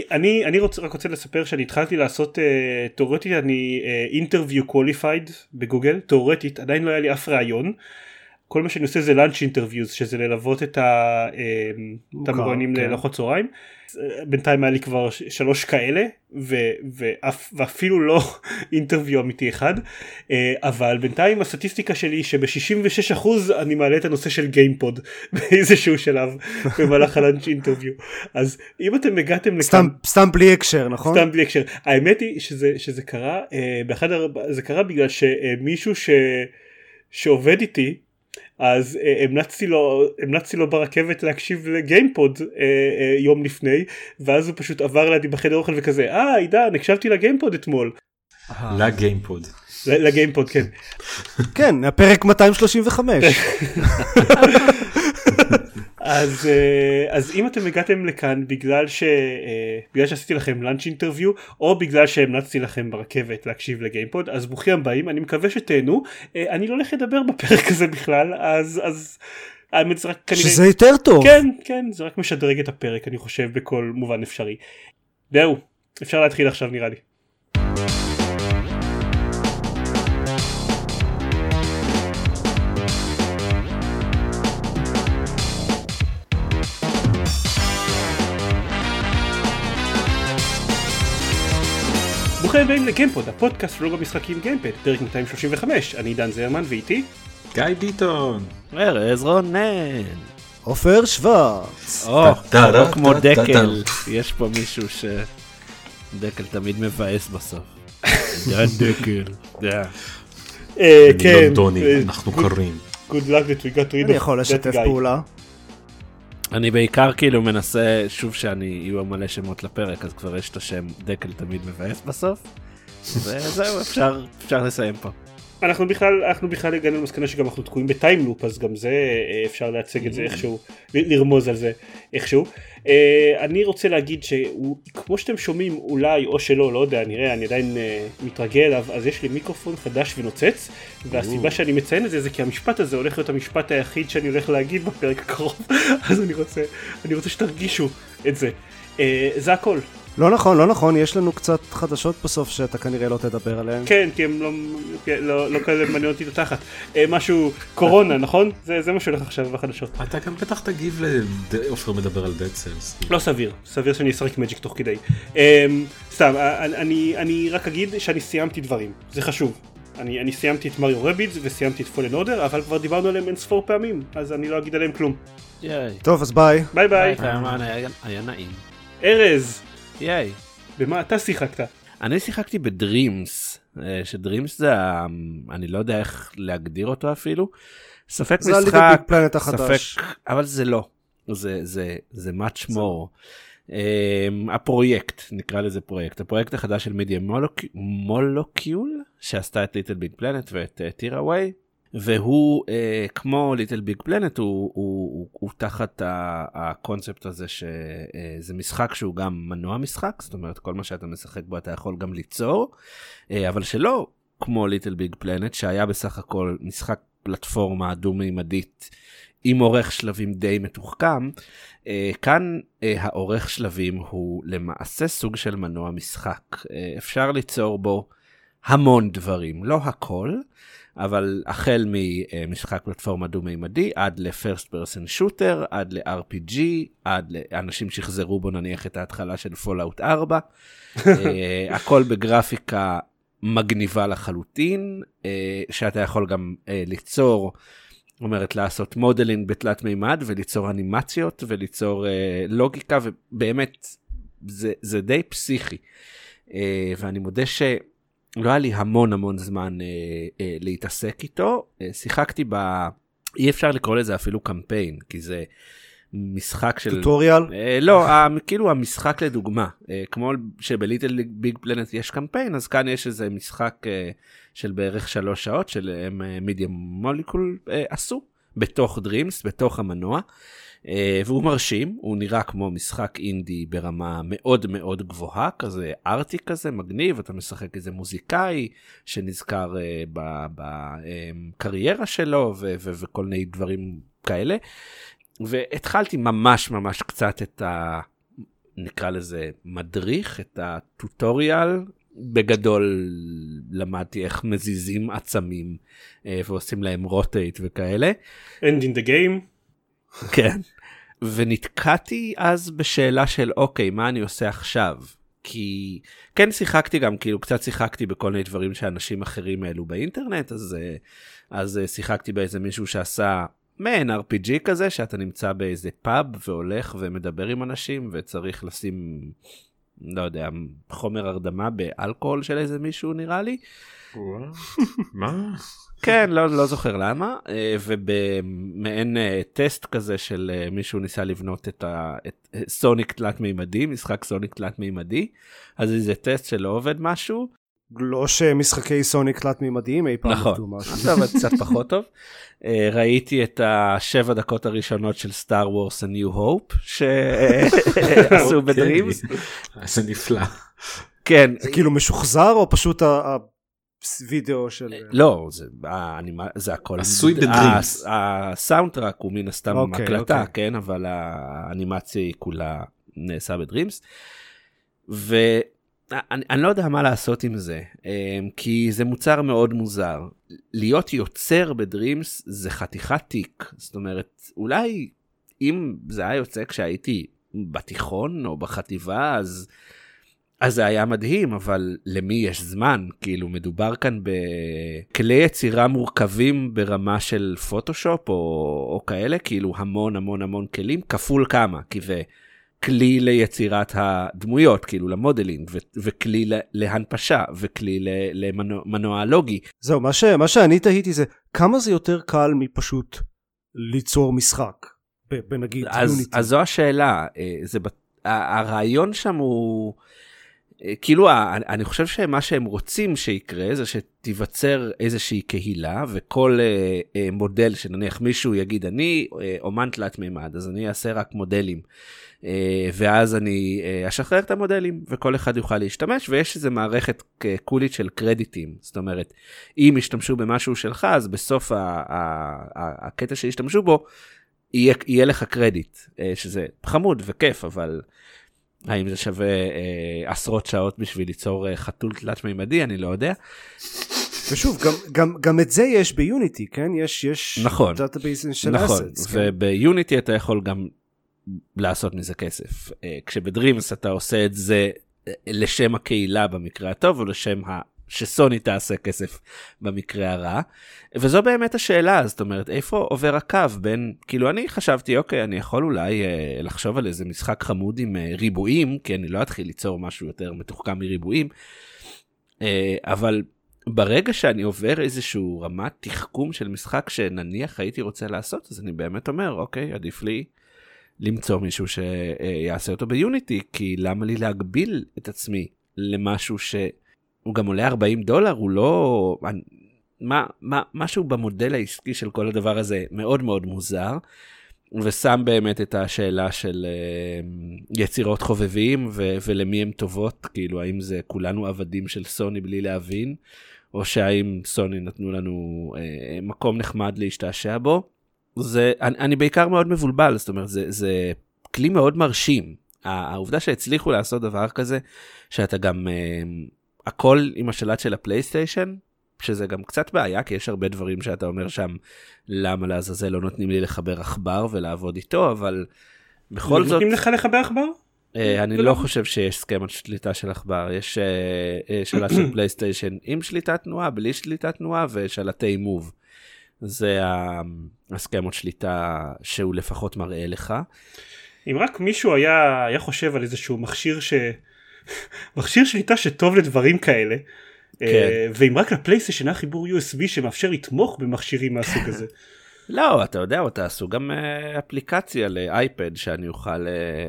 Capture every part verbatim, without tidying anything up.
אני, אני רוצה, רק רוצה לספר שאני התחלתי לעשות, uh, תיאורטית אני uh, interview qualified בגוגל, תיאורטית, עדיין לא היה לי אף רעיון, כל מה שאני עושה זה lunch interviews, שזה ללוות את המרואיינים לארוחת צהריים, בינתיים היה לי כבר שלוש כאלה, ו, ואף, ואפילו לא אינטרוויו אמיתי אחד, אבל בינתיים הסטטיסטיקה שלי שב-שישים ושש אחוז אני מעלה את הנושא של גיימפוד, באיזשהו שלב, במהלך הלאנץ' אינטרוויו. אז אם אתם הגעתם לכאן... סתם, סתם בלי הקשר, נכון? סתם בלי הקשר. האמת היא שזה, שזה קרה, באחד, זה קרה בגלל שמישהו ש, שעובד איתי, אז המלצתי לו, המלצתי לו ברכבת להקשיב לגיימפוד אה, אה, יום לפני, ואז הוא פשוט עבר לידי בחדר אוכל וכזה, אה עידן, הקשבתי לגיימפוד אתמול. לגיימפוד. לגיימפוד, כן. כן, הפרק מאתיים שלושים וחמש. אז, אז אם אתם הגעתם לכאן בגלל, ש, בגלל שעשיתי לכם לאנץ' אינטרוויו, או בגלל שהמלצתי לכם ברכבת להקשיב לגיימפוד, אז ברוכים הבאים, אני מקווה שתהנו. אני לא הולך לדבר בפרק הזה בכלל, אז, אז האמת זה רק כנראה... שזה יותר טוב. כן, כן, זה רק משדרג את הפרק, אני חושב, בכל מובן אפשרי. זהו, אפשר להתחיל עכשיו נראה לי. ברוכים הבאים לגיימפוד, הפודקאסט ולוג המשחקים גיימפד, פרק מאתיים שלושים וחמש. אני דן זרמן ואיתי גיא ביטון, ארז רונן, עופר שוורץ. או, לא כמו דקל, יש פה מישהו ש... דקל תמיד מבאס בסוף. דן דקל. כן, לונדוני, אנחנו קרים. Good luck that we got rid of אני יכול לשתף פעולה. אני בעיקר כאילו מנסה, שוב שאני יהיו מלא שמות לפרק, אז כבר יש את השם דקל תמיד מבאס בסוף, וזהו, אפשר, אפשר לסיים פה. אנחנו בכלל, אנחנו בכלל הגענו למסקנה שגם אנחנו תקועים בטיימלופ, אז גם זה אפשר להציג את זה איכשהו, לרמוז על זה איכשהו. אני רוצה להגיד שכמו שאתם שומעים אולי או שלא, לא יודע, נראה, אני עדיין מתרגל אליו, אז יש לי מיקרופון חדש ונוצץ, והסיבה שאני מציין את זה זה כי המשפט הזה הולך להיות המשפט היחיד שאני הולך להגיד בפרק הקרוב, אז אני רוצה, אני רוצה שתרגישו את זה. זה הכל. לא נכון, לא נכון, יש לנו קצת חדשות בסוף שאתה כנראה לא תדבר עליהן. כן, כי הם לא, לא, לא כאלה מעניין אותי לתחת. משהו, קורונה, נכון? זה, זה מה שהולך עכשיו בחדשות. אתה גם בטח תגיב לאופר מדבר על Dead Cells. לא סביר, סביר שאני אשחק מג'יק תוך כדי. סתם, אני, אני רק אגיד שאני סיימתי דברים, זה חשוב. אני, אני סיימתי את מריו רבידס וסיימתי את פולן אורדר, אבל כבר דיברנו עליהם אין ספור פעמים, אז אני לא אגיד עליהם כלום. טוב, אז ביי. ביי ביי. היה נעים. ארז. יאי. במה אתה שיחקת? אני שיחקתי בדרימס, שדרימס זה, אני לא יודע איך להגדיר אותו אפילו, ספק משחק, זה הליטל ביג פלנט החדש. ספק, אבל זה לא, זה, זה, זה much more. Um, הפרויקט, נקרא לזה פרויקט, הפרויקט החדש של מידיה מולוקיול, שעשתה את ליטל ביג פלנט ואת טיראווי, והוא, uh, כמו ליטל ביג פלנט, הוא, הוא, הוא, הוא תחת הקונספט הזה שזה משחק שהוא גם מנוע משחק, זאת אומרת, כל מה שאתה משחק בו אתה יכול גם ליצור, uh, אבל שלא כמו ליטל ביג פלנט, שהיה בסך הכל משחק פלטפורמה דו-מימדית, עם עורך שלבים די מתוחכם, uh, כאן uh, העורך שלבים הוא למעשה סוג של מנוע משחק. Uh, אפשר ליצור בו המון דברים, לא הכל, אבל החל ממשחק פלטפורמה דו-מימדי, עד ל-First Person Shooter, עד ל-אר פי ג'י, עד לאנשים שחזרו בו נניח את ההתחלה של Fallout ארבע, uh, הכל בגרפיקה מגניבה לחלוטין, uh, שאתה יכול גם uh, ליצור, אומרת לעשות מודלינג בתלת מימד, וליצור אנימציות, וליצור אה, לוגיקה, ובאמת זה, זה די פסיכי. אה, ואני מודה שלא היה לי המון המון זמן אה, אה, להתעסק איתו. אה, שיחקתי ב... אי אפשר לקרוא לזה אפילו קמפיין, כי זה משחק של... טוטוריאל? אה, לא, ה, כאילו המשחק לדוגמה. אה, כמו שבליטל ביג פלנט יש קמפיין, אז כאן יש איזה משחק... אה, של בערך שלוש שעות, של מידיה מוליקול עשו, בתוך דרימס, בתוך המנוע, והוא מרשים, הוא נראה כמו משחק אינדי ברמה מאוד מאוד גבוהה, כזה ארטי כזה, מגניב, אתה משחק איזה מוזיקאי, שנזכר בקריירה שלו, וכל מיני דברים כאלה, והתחלתי ממש ממש קצת את ה... נקרא לזה מדריך, את הטוטוריאל, בגדול למדתי איך מזיזים עצמים ועושים להם רוטייט וכאלה. End in the game. כן. ונתקעתי אז בשאלה של אוקיי, מה אני עושה עכשיו? כי כן שיחקתי גם, כאילו קצת שיחקתי בכל מיני דברים שאנשים אחרים העלו באינטרנט, אז, אז שיחקתי באיזה מישהו שעשה מעין אר פי ג'י כזה, שאתה נמצא באיזה פאב והולך ומדבר עם אנשים וצריך לשים, לא יודע, חומר הרדמה באלכוהול של איזה מישהו נראה לי. מה? כן, לא, לא זוכר למה, ובמעין טסט כזה של מישהו ניסה לבנות את, ה, את סוניק תלת מימדי, משחק סוניק תלת מימדי, אז זה טסט שלא עובד משהו. לא שמשחקי סוניק תלת מימדיים אי פעם נכון, עבדו משהו. זה עובד קצת פחות טוב. ראיתי את השבע דקות הראשונות של סטאר וורס A New Hope, שעשו בדרימס. זה נפלא. כן. זה כאילו משוחזר או פשוט הווידאו של... לא, זה הכל. עשוי בדרימס. הסאונדטראק הוא מן הסתם אוקיי, הקלטה, אוקיי. כן, אבל האנימציה היא כולה נעשה בדרימס. ואני אני לא יודע מה לעשות עם זה, כי זה מוצר מאוד מוזר. להיות יוצר בדרימס זה חתיכת תיק. זאת אומרת, אולי אם זה היה יוצא כשהייתי בתיכון או בחטיבה, אז... אז זה היה מדהים, אבל למי יש זמן? כאילו, מדובר כאן בכלי יצירה מורכבים ברמה של פוטושופ או, או כאלה, כאילו המון המון המון כלים, כפול כמה, כי זה כלי ליצירת הדמויות, כאילו למודלינג, ו- וכלי להנפשה, וכלי למנוע לוגי. זהו, מה, ש- מה שאני תהיתי זה, כמה זה יותר קל מפשוט ליצור משחק, בנגיד יוניטי? אז זו השאלה, זה, הרעיון שם הוא... כאילו, אני חושב שמה שהם רוצים שיקרה, זה שתיווצר איזושהי קהילה, וכל מודל שנניח מישהו יגיד, אני אומן תלת מימד, אז אני אעשה רק מודלים, ואז אני אשחרר את המודלים, וכל אחד יוכל להשתמש, ויש איזו מערכת קולית של קרדיטים, זאת אומרת, אם ישתמשו במשהו שלך, אז בסוף הקטע שישתמשו בו, יהיה, יהיה לך קרדיט, שזה חמוד וכיף, אבל... האם זה שווה אה, עשרות שעות בשביל ליצור אה, חתול תלת מימדי, אני לא יודע. ושוב, גם, גם, גם את זה יש ביוניטי, כן? יש, יש נכון, דאטאבייס של נכון, assets, וביוניטי אתה יכול גם לעשות מזה כסף. אה, כשבדרימס אתה עושה את זה לשם הקהילה במקרה הטוב, או לשם ה... שסוני תעשה כסף במקרה הרע, וזו באמת השאלה, זאת אומרת, איפה עובר הקו בין, כאילו אני חשבתי, אוקיי, אני יכול אולי אה, לחשוב על איזה משחק חמוד עם אה, ריבועים, כי אני לא אתחיל ליצור משהו יותר מתוחכם מריבועים, אה, אבל ברגע שאני עובר איזשהו רמת תחכום של משחק שנניח הייתי רוצה לעשות, אז אני באמת אומר, אוקיי, עדיף לי למצוא מישהו שיעשה אותו ביוניטי, כי למה לי להגביל את עצמי למשהו ש... הוא גם עולה ארבעים דולר, הוא לא... מה, מה, משהו במודל העסקי של כל הדבר הזה מאוד מאוד מוזר, ושם באמת את השאלה של uh, יצירות חובבים, ו- ולמי הן טובות, כאילו האם זה כולנו עבדים של סוני בלי להבין, או שהאם סוני נתנו לנו uh, מקום נחמד להשתעשע בו. זה, אני, אני בעיקר מאוד מבולבל, זאת אומרת, זה, זה כלי מאוד מרשים. העובדה שהצליחו לעשות דבר כזה, שאתה גם... Uh, הכל עם השלט של הפלייסטיישן, שזה גם קצת בעיה, כי יש הרבה דברים שאתה אומר שם, למה לעזאזל לא נותנים לי לחבר עכבר ולעבוד איתו, אבל בכל זאת... נותנים לך לחבר עכבר? אני לא חושב שיש סכמת שליטה של עכבר, יש שלט של פלייסטיישן עם שליטת תנועה, בלי שליטת תנועה, ושלטי מוב. זה הסכמות שליטה שהוא לפחות מראה לך. אם רק מישהו היה, היה חושב על איזשהו מכשיר ש... מכשיר שליטה שטוב לדברים כאלה, כן. ואם רק לפלייסטיישן היה חיבור יו אס בי שמאפשר לתמוך במכשירים מהסוג הזה. לא, אתה יודע, תעשו גם אפליקציה לאייפד שאני אוכל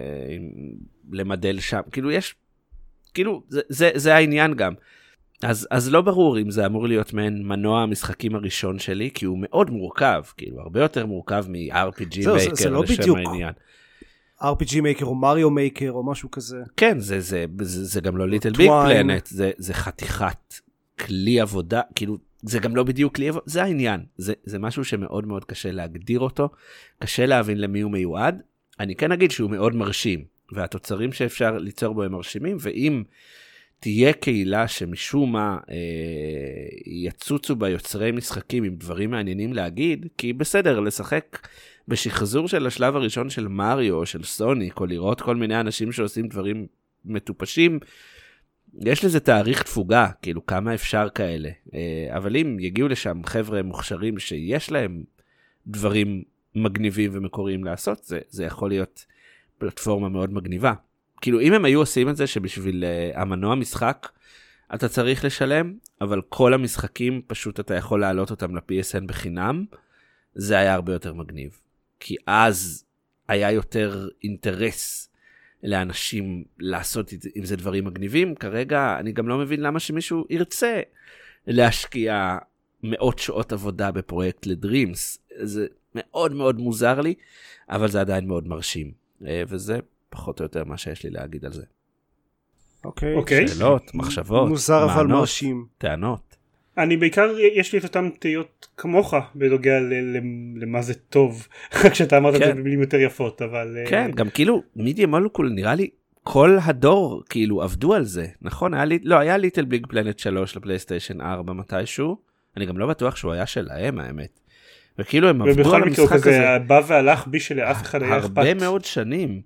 למדל שם, כאילו יש, כאילו זה, זה, זה העניין גם. אז, אז לא ברור אם זה אמור להיות מעין מנוע המשחקים הראשון שלי, כי הוא מאוד מורכב, כאילו הרבה יותר מורכב מ-אר פי ג'י מייקר לשם העניין. אר פי ג'י מייקר או מריו מייקר או משהו כזה. כן, זה, זה, זה, זה גם לא ליטל ביג פלנט, זה, זה חתיכת כלי עבודה, כאילו, זה גם לא בדיוק כלי עבודה, זה העניין, זה, זה משהו שמאוד מאוד קשה להגדיר אותו, קשה להבין למי הוא מיועד, אני כן אגיד שהוא מאוד מרשים, והתוצרים שאפשר ליצור בו הם מרשימים, ואם תהיה קהילה שמשום מה אה, יצוצו בה יוצרי משחקים עם דברים מעניינים להגיד, כי בסדר, לשחק בשחזור של השלב הראשון של מריו או של סוניק, או לראות כל מיני אנשים שעושים דברים מטופשים, יש לזה תאריך תפוגה, כאילו כמה אפשר כאלה. אה, אבל אם יגיעו לשם חבר'ה מוכשרים שיש להם דברים מגניבים ומקוריים לעשות, זה, זה יכול להיות פלטפורמה מאוד מגניבה. כאילו אם הם היו עושים את זה שבשביל uh, המנוע משחק אתה צריך לשלם, אבל כל המשחקים פשוט אתה יכול להעלות אותם ל-פי אס אן בחינם, זה היה הרבה יותר מגניב. כי אז היה יותר אינטרס לאנשים לעשות עם זה דברים מגניבים. כרגע אני גם לא מבין למה שמישהו ירצה להשקיע מאות שעות עבודה בפרויקט לדרימס. זה מאוד מאוד מוזר לי, אבל זה עדיין מאוד מרשים. וזה פחות או יותר מה שיש לי להגיד על זה. אוקיי. אוקיי. שאלות, מחשבות, מוזר אבל מענות, מרשים. טענות. אני בעיקר, יש לי את אותם תהיות כמוך, בנוגע ל- ל- למה זה טוב, רק שאתה אמרת את זה במילים יותר יפות, אבל... כן, גם כאילו, מידיה מולקול, נראה לי, כל הדור, כאילו, עבדו על זה, נכון? היה לי, לא, היה ליטל ביג פלנט שלוש לפלייסטיישן ארבע מתישהו, אני גם לא בטוח שהוא היה שלהם, האמת. וכאילו, הם עבדו על המשחק הזה. זה בא והלך בי שלאף אחד היה אכפת. הרבה מאוד שנים,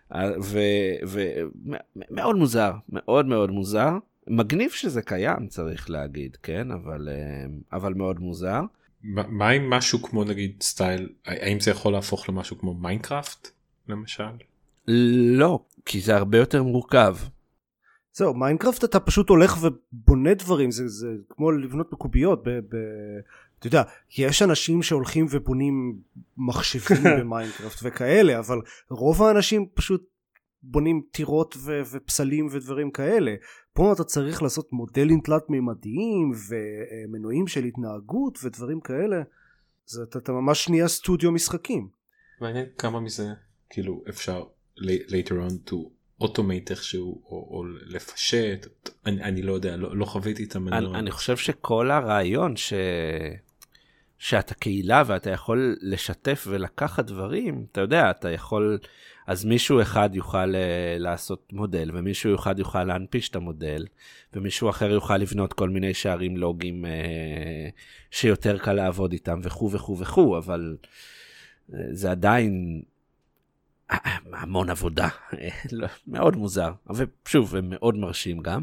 ומאוד מוזר, מאוד מאוד מוזר. מגניב שזה קיים, צריך להגיד, כן? אבל, אבל מאוד מוזר. מה עם משהו כמו נגיד סטייל, האם זה יכול להפוך למשהו כמו מיינקראפט, למשל? לא, כי זה הרבה יותר מורכב. זהו, מיינקראפט אתה פשוט הולך ובונה דברים, זה, זה כמו לבנות בקוביות, ב, ב, אתה יודע, יש אנשים שהולכים ובונים מחשבים במיינקראפט וכאלה, אבל רוב האנשים פשוט בונים טירות ו- ופסלים ודברים כאלה. פה אתה צריך לעשות מודלים תלת מימדיים ומנועים של התנהגות ודברים כאלה. זה אתה, אתה ממש נהיה סטודיו משחקים. מעניין כמה מזה כאילו אפשר later on to automate איכשהו או, או לפשט. אני, אני לא יודע, לא, לא חוויתי את המנוע. אני, אני חושב שכל הרעיון ש... שאתה קהילה ואתה יכול לשתף ולקחת דברים, אתה יודע, אתה יכול, אז מישהו אחד יוכל לעשות מודל, ומישהו אחד יוכל להנפיש את המודל, ומישהו אחר יוכל לבנות כל מיני שערים לוגיים שיותר קל לעבוד איתם, וכו' וכו' וכו', אבל זה עדיין המון עבודה, מאוד מוזר, ושוב, מאוד מרשים גם,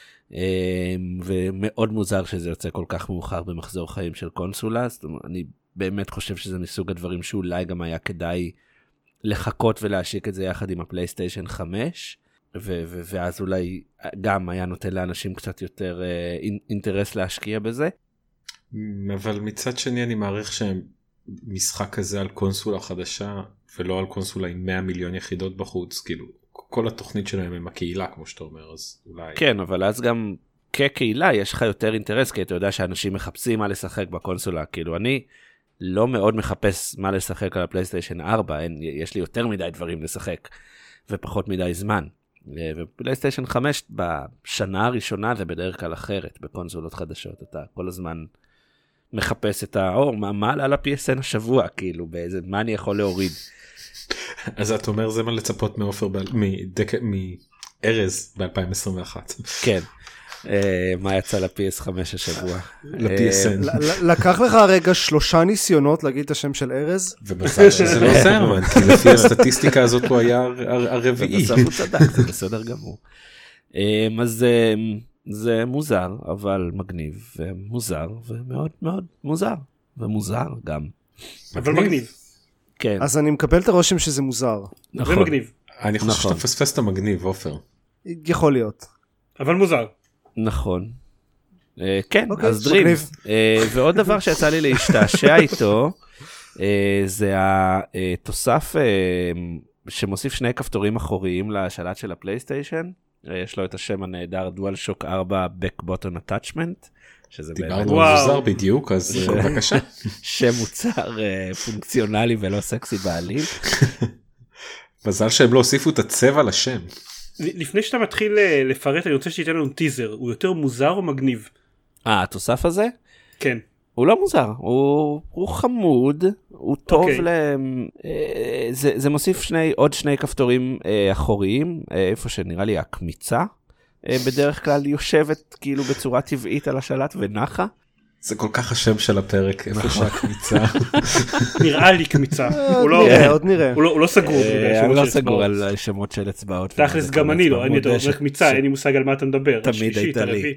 ומאוד מוזר שזה יוצא כל כך מאוחר במחזור חיים של קונסולה. זאת אומרת, אני באמת חושב שזה מסוג הדברים שאולי גם היה כדאי לחכות ולהשיק את זה יחד עם הפלייסטיישן חמש, ו- ו- ואז אולי גם היה נותן לאנשים קצת יותר אינטרס להשקיע בזה. אבל מצד שני אני מעריך שמשחק כזה על קונסולה חדשה ולא על קונסולה עם מאה מיליון יחידות בחוץ, כאילו כל התוכנית שלהם עם הקהילה, כמו שאתה אומר, אז אולי... כן, אבל אז גם כקהילה יש לך יותר אינטרס, כי אתה יודע שאנשים מחפשים מה לשחק בקונסולה. כאילו, אני לא מאוד מחפש מה לשחק על הפלייסטיישן ארבע, אין, יש לי יותר מדי דברים לשחק, ופחות מדי זמן. ופלייסטיישן חמש בשנה הראשונה זה בדרך כלל אחרת, בקונסולות חדשות. אתה כל הזמן מחפש את האור, מה, מה עלה ל-פי אס אן השבוע, כאילו, באיזה, מה אני יכול להוריד. אז את אומר זה מה לצפות מאופר מארז ב-אלפיים עשרים ואחת. כן, מה יצא ל-פי אס חמש השבוע? ל-פי אס אן. לקח לך הרגע שלושה ניסיונות להגיד את השם של ארז? ובסדר שזה לא סרמן, כי לפי הסטטיסטיקה הזאת הוא היה הרביעי. ובסוף הוא צדק, זה בסדר גמור. אז זה מוזר, אבל מגניב, ומוזר, ומאוד מאוד מוזר, ומוזר גם. אבל מגניב. כן. אז אני מקבל את הרושם שזה מוזר. נכון. ומגניב. אני חושב שאתה פספס את המגניב, אופר. יכול להיות. אבל מוזר. נכון. כן, אז דרימס. ועוד דבר שיצא לי להשתעשע איתו, זה התוסף שמוסיף שני כפתורים אחוריים לשלט של הפלייסטיישן. יש לו את השם הנהדר DualShock ארבע Back Button Attachment. דיברנו על מוזר בדיוק, אז בבקשה. שם מוצר פונקציונלי ולא סקסי בעליל. מזל שהם לא הוסיפו את הצבע לשם. לפני שאתה מתחיל לפרט, אני רוצה שתיתן לנו טיזר. הוא יותר מוזר או מגניב? אה, התוסף הזה? כן. הוא לא מוזר, הוא, הוא חמוד, הוא טוב Okay. ל... זה, זה מוסיף שני, עוד שני כפתורים אחוריים, איפה שנראה לי הקמיצה, בדרך כלל יושבת כאילו בצורה טבעית על השלט ונחה. זה כל כך השם של הפרק, איפה שהקמיצה. נראה לי קמיצה. עוד נראה. הוא לא סגור. אני לא סגור על שמות של אצבעות. תכלס גם אני לא, אני אומר קמיצה, אין לי מושג על מה אתה מדבר. תמיד הייתה לי.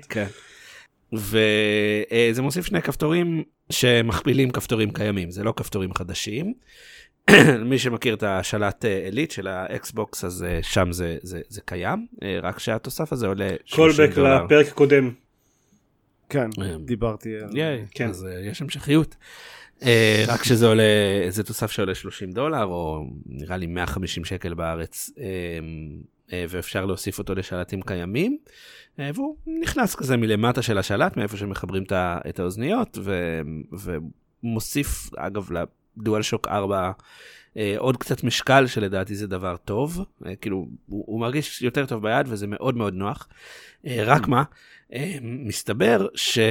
וזה מוסיף שני כפתורים שמכפילים כפתורים קיימים, זה לא כפתורים חדשים. מי שמכיר את השלט אליט של האקסבוקס, אז שם זה, זה, זה קיים, רק שהתוסף הזה עולה שלושים דולר. לפרק הקודם. כן, דיברתי. כן. אז יש המשכיות. רק שזה עולה, זה תוסף שעולה שלושים דולר, או נראה לי מאה וחמישים שקל בארץ, ואפשר להוסיף אותו לשלטים קיימים, והוא נכנס כזה מלמטה של השלט, מאיפה שמחברים את האוזניות, ומוסיף, אגב, לדואל שוק ארבע, עוד קצת משקל שלדעתי זה דבר טוב, כאילו, הוא, הוא מרגיש יותר טוב ביד, וזה מאוד מאוד נוח. רק מה, מסתבר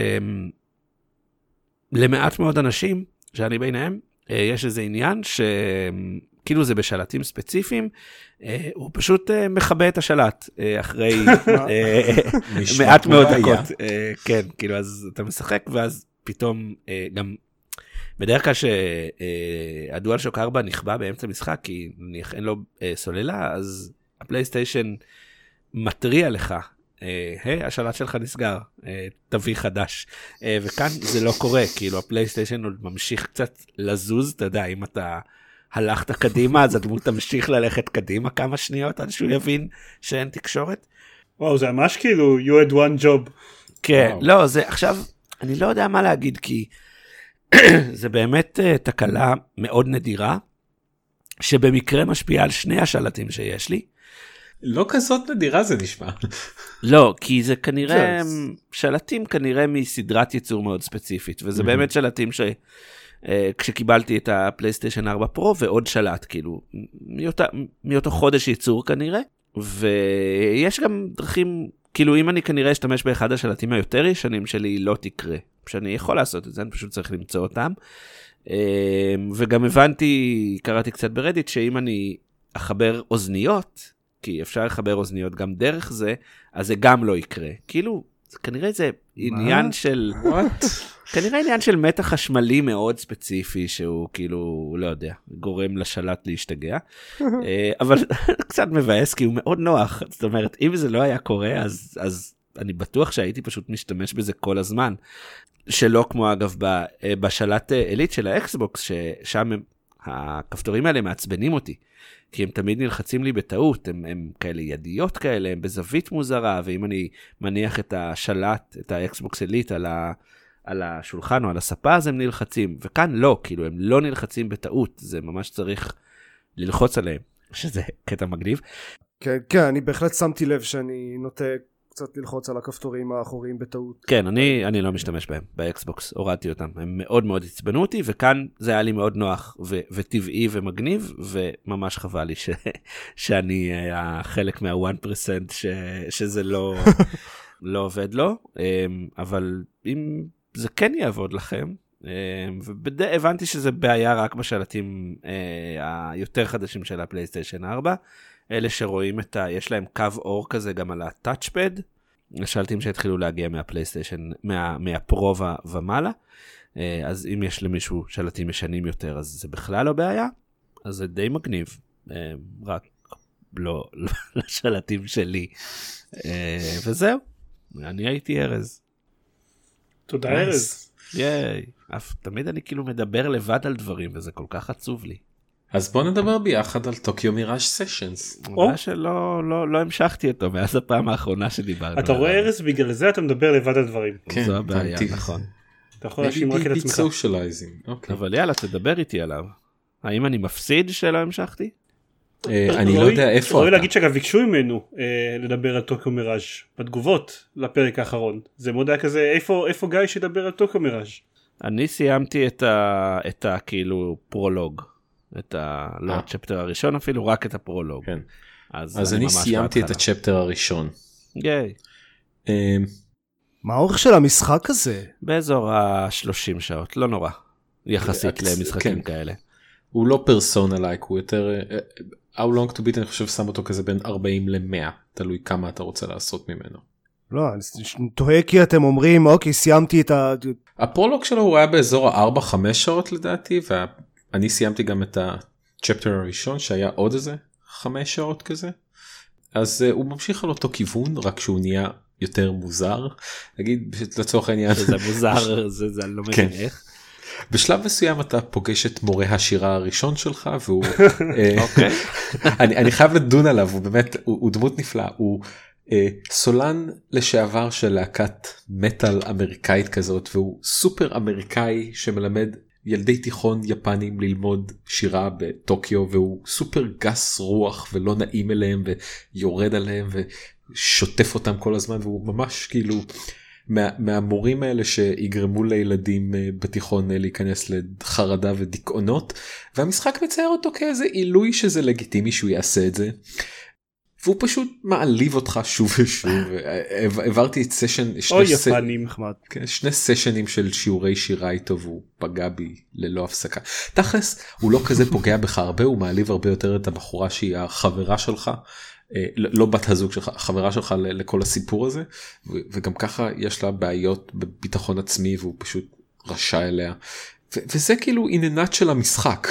שלמעט מאוד אנשים, שאני ביניהם, יש איזה עניין שכאילו זה בשלטים ספציפיים, הוא פשוט מכבה את השלט אחרי מעט מאוד דקות. כן, כאילו אז אתה משחק ואז פתאום גם בדרך כלל שהדואל שוק ארבע נכבה באמצע משחק, כי אין לו סוללה, אז הפלייסטיישן מטריע לך, היי, השלט שלך נסגר, תביא חדש. וכאן זה לא קורה, כאילו הפלייסטיישן עוד ממשיך קצת לזוז, אתה יודע, אם אתה הלכת קדימה, אז הדמות תמשיך ללכת קדימה כמה שניות, עד שהוא יבין שאין תקשורת. וואו, זה ממש כאילו, you had one job. כן, לא, זה עכשיו, אני לא יודע מה להגיד, כי זה באמת תקלה מאוד נדירה, שבמקרה משפיעה על שני השלטים שיש לי. לא כזאת נדירה זה נשמע. לא, כי זה כנראה, שלטים כנראה מסדרת ייצור מאוד ספציפית, וזה באמת שלטים ש... כשקיבלתי את הפלייסטיישן ארבע פרו ועוד שלט, כאילו, מאותה, מאותו חודש ייצור כנראה, ויש גם דרכים, כאילו אם אני כנראה אשתמש באחד השלטים היותר ישנים שלי, לא תקרה, שאני יכול לעשות את זה, אני פשוט צריך למצוא אותם, וגם הבנתי, קראתי קצת ברדיט, שאם אני אחבר אוזניות, כי אפשר לחבר אוזניות גם דרך זה, אז זה גם לא יקרה, כאילו, כנראה זה עניין של... What? כנראה עניין של מתח חשמלי מאוד ספציפי, שהוא כאילו, לא יודע, גורם לשלט להשתגע, אבל קצת מבאס, כי הוא מאוד נוח, זאת אומרת, אם זה לא היה קורה, אז, אז אני בטוח שהייתי פשוט משתמש בזה כל הזמן, שלא כמו אגב בשלט אליט של האקסבוקס, ששם הם, הכפתורים האלה מעצבנים אותי, כי הם תמיד נלחצים לי בטעות, הם, הם כאלה ידיות כאלה, הם בזווית מוזרה, ואם אני מניח את השלט, את האקסבוקס אליט על, ה, על השולחן או על הספה, אז הם נלחצים, וכאן לא, כאילו הם לא נלחצים בטעות, זה ממש צריך ללחוץ עליהם, שזה קטע מגניב. כן, כן, אני בהחלט שמתי לב שאני נוטה קצת ללחוץ על הכפתורים האחוריים בטעות. כן, אני, אני לא משתמש בהם, באקסבוקס, הורדתי אותם, הם מאוד מאוד הצבנו אותי, וכאן זה היה לי מאוד נוח ו- וטבעי ומגניב, וממש חבל לי ש- שאני חלק מה-one percent ש- שזה לא, לא עובד לו, אבל אם זה כן יעבוד לכם, והבנתי שזה בעיה רק בשלטים היותר חדשים של הפלייסטיישן ארבע, אלה שרואים את ה... יש להם קו אור כזה גם על הטאצ'פד, השלטים שהתחילו להגיע מהפלייסטיישן, מה, מהפרו ומעלה, אז אם יש למישהו שלטים ישנים יותר, אז זה בכלל לא בעיה, אז זה די מגניב, רק לא, לא לשלטים שלי, וזהו, אני הייתי ארז. תודה ארז. ייי, אף תמיד אני כאילו מדבר לבד על דברים, וזה כל כך עצוב לי. אז בוא נדבר ביחד על טוקיו מיראז' סשנס. מה שלא לא לא המשכתי אותו מאז הפעם האחרונה שדיברנו. אתה רואה ארז, בגלל זה אתה מדבר לבד על דברים. זו הבעיה, נכון. אתה יכול להאשים רק את עצמך. אבל יאללה, תדבר איתי עליו. האם אני מפסיד שלא המשכתי? אני לא יודע איפה אתה. רואי להגיד שגם ביקשו ממנו לדבר על טוקיו מיראז' בתגובות לפרק האחרון. זה מאוד היה כזה, איפה גיא שידבר על טוקיו מיראז'? אני סיימתי את ה כאילו פרולוג. את ה... לא הצ'פטר הראשון אפילו, רק את הפרולוג. כן. אז, אז אני, אני סיימתי בהתחלה. את הצ'פטר הראשון. גיי. מה האורך של המשחק הזה? באזור ה-שלושים שעות, לא נורא, יחסית למשחקים כאלה. הוא לא פרסונה לייק, הוא יותר, How long to beat אני חושב שם אותו כזה בין ארבעים למאה, תלוי כמה אתה רוצה לעשות ממנו. לא, אני תוהה כי אתם אומרים, אוקיי, סיימתי את ה... הפרולוג שלו הוא היה באזור ה-ארבע חמש שעות לדעתי, ואני סיימתי גם את הצ'פטר הראשון שהיה עוד איזה חמש שעות כזה, אז uh, הוא ממשיך על אותו כיוון, רק שהוא נהיה יותר מוזר, נגיד לצורך העניין. זה מוזר, זה, זה לא מבין איך. בשלב מסוים אתה פוגש את מורה השירה הראשון שלך, והוא, okay. אני, אני חייב לדון עליו, הוא באמת, הוא, הוא דמות נפלאה, הוא אה, סולן לשעבר של להקת מטל אמריקאית כזאת, והוא סופר אמריקאי שמלמד ילדי תיכון יפנים ללמוד שירה בטוקיו, והוא סופר גס רוח ולא נעים אליהם ויורד עליהם ושוטף אותם כל הזמן, והוא ממש כאילו מה, מהמורים האלה שיגרמו לילדים בתיכון להיכנס לחרדה ודיכאונות, והמשחק מצייר אותו כאיזה עילוי שזה לגיטימי שהוא יעשה את זה. והוא פשוט מעליב אותך שוב ושוב. העברתי את סשן, אוי יפנים, שני סשנים של שיעורי שירה איתו, והוא פגע בי ללא הפסקה. תכלס, הוא לא כזה פוגע בך הרבה, הוא מעליב הרבה יותר את הבחורה שהיא החברה שלך, לא בת הזוג שלך, החברה שלך לכל הסיפור הזה, וגם ככה יש לה בעיות בביטחון עצמי, והוא פשוט רשע אליה. וזה כאילו עניינת של המשחק.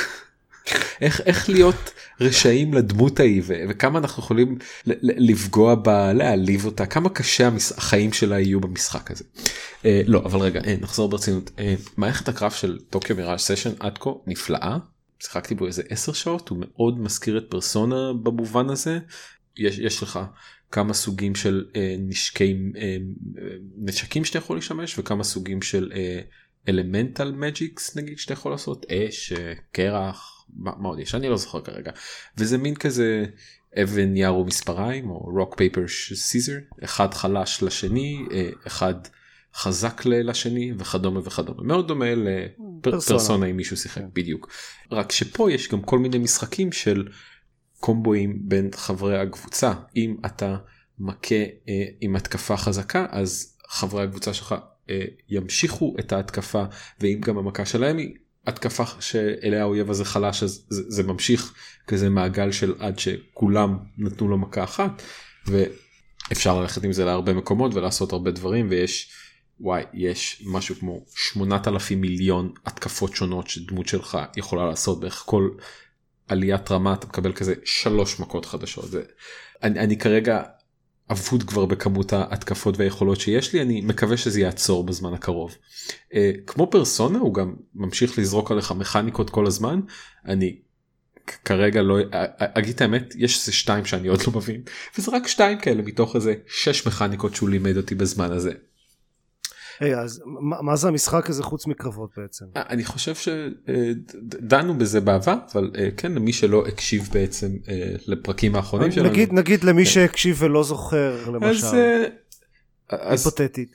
איך, איך להיות רשעים לדמות ההיא, וכמה אנחנו יכולים לפגוע בה, להעליב אותה, כמה קשה החיים שלה יהיו במשחק הזה. אה, לא, אבל רגע, אה, נחזור ברצינות. אה, מערכת הקרב של טוקיו מיראז' סשן עד כה נפלאה, שיחקתי בו איזה עשר שעות, הוא מאוד מזכיר את פרסונה במובן הזה, יש, יש לך כמה סוגים של אה, נשקים, אה, נשקים שאתה יכול לשמש, וכמה סוגים של אה, אלמנטל מג'יקס נגיד שאתה יכול לעשות, אש, קרח, מה, מה עוד יש? אני לא זוכר כרגע. וזה מין כזה אבן יער ומספריים, או rock paper scissor, אחד חלש לשני, אחד חזק לשני, וכדומה וכדומה. מאוד דומה לפרסונה אם מישהו שיחק, בדיוק. רק שפה יש גם כל מיני משחקים של קומבואים בין חברי הקבוצה. אם אתה מכה עם התקפה חזקה, אז חברי הקבוצה שלך ימשיכו את ההתקפה, ואם גם המכה שלהם היא התקפה שאליה האויב הזה חלש, אז זה, זה ממשיך כזה מעגל של עד שכולם נתנו לו מכה אחת, ואפשר ללכת עם זה להרבה מקומות ולעשות הרבה דברים, ויש, וואי, יש משהו כמו שמונת אלפים מיליון התקפות שונות שדמות שלך יכולה לעשות, בערך כל עליית רמה אתה מקבל כזה שלוש מכות חדשות. זה, אני, אני כרגע אבוד כבר בכמות ההתקפות והיכולות שיש לי, אני מקווה שזה יעצור בזמן הקרוב. Uh, כמו פרסונה, הוא גם ממשיך לזרוק עליך מכניקות כל הזמן, אני כרגע לא, אגיד את האמת, יש איזה שתיים שאני עוד לא מבין, וזה רק שתיים כאלה מתוך איזה שש מכניקות שהוא לימד אותי בזמן הזה. היי, hey, אז מה, מה זה המשחק הזה חוץ מקרבות בעצם? אני חושב שדנו בזה בעבר, אבל כן, למי שלא הקשיב בעצם לפרקים האחרונים שלנו. נגיד, נגיד למי כן. שהקשיב ולא זוכר, למשל. אז... היפותטית.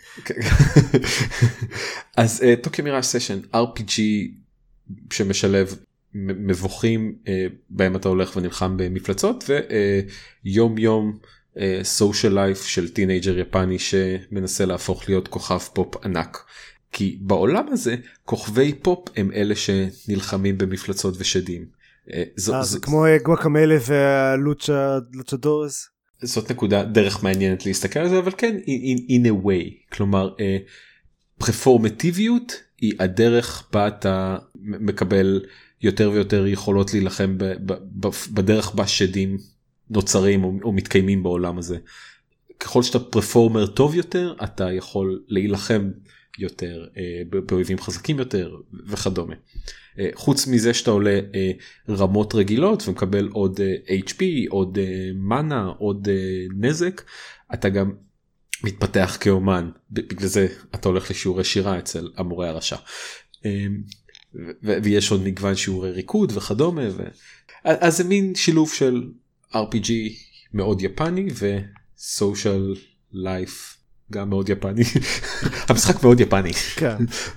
אז טוקיו מיראז' סשן, אר פי ג'י שמשלב מבוכים, בהם אתה הולך ונלחם במפלצות, ויום יום, סושיאל לייף של טינאג'ר יפני שמנסה להפוך להיות כוכב פופ ענק, כי בעולם הזה כוכבי פופ הם אלה שנלחמים במפלצות ושדים. זו, זה כמו גואקמלה והלוצ'דורס. זאת נקודה דרך מעניינת להסתכל על זה, אבל כן in, in a way, כלומר פרפורמטיביות היא הדרך בה אתה מקבל יותר ויותר יכולות להילחם בדרך בה שדים נוצרים או, או מתקיימים בעולם הזה. ככל שאתה פרפורמר טוב יותר, אתה יכול להילחם יותר, אה, באויבים חזקים יותר וכדומה. אה, חוץ מזה שאתה עולה אה, רמות רגילות ומקבל עוד אה, אייץ' פי, עוד אה, מנה, עוד אה, נזק, אתה גם מתפתח כאומן. בגלל זה אתה הולך לשיעורי שירה אצל המורה הרשע. אה, ו- ויש עוד מגוון שיעורי ריקוד וכדומה. ו... אז זה מין שילוב של אר פי ג'י מאוד יפני וסושיאל לייף גם מאוד יפני. המשחק מאוד יפני. כן.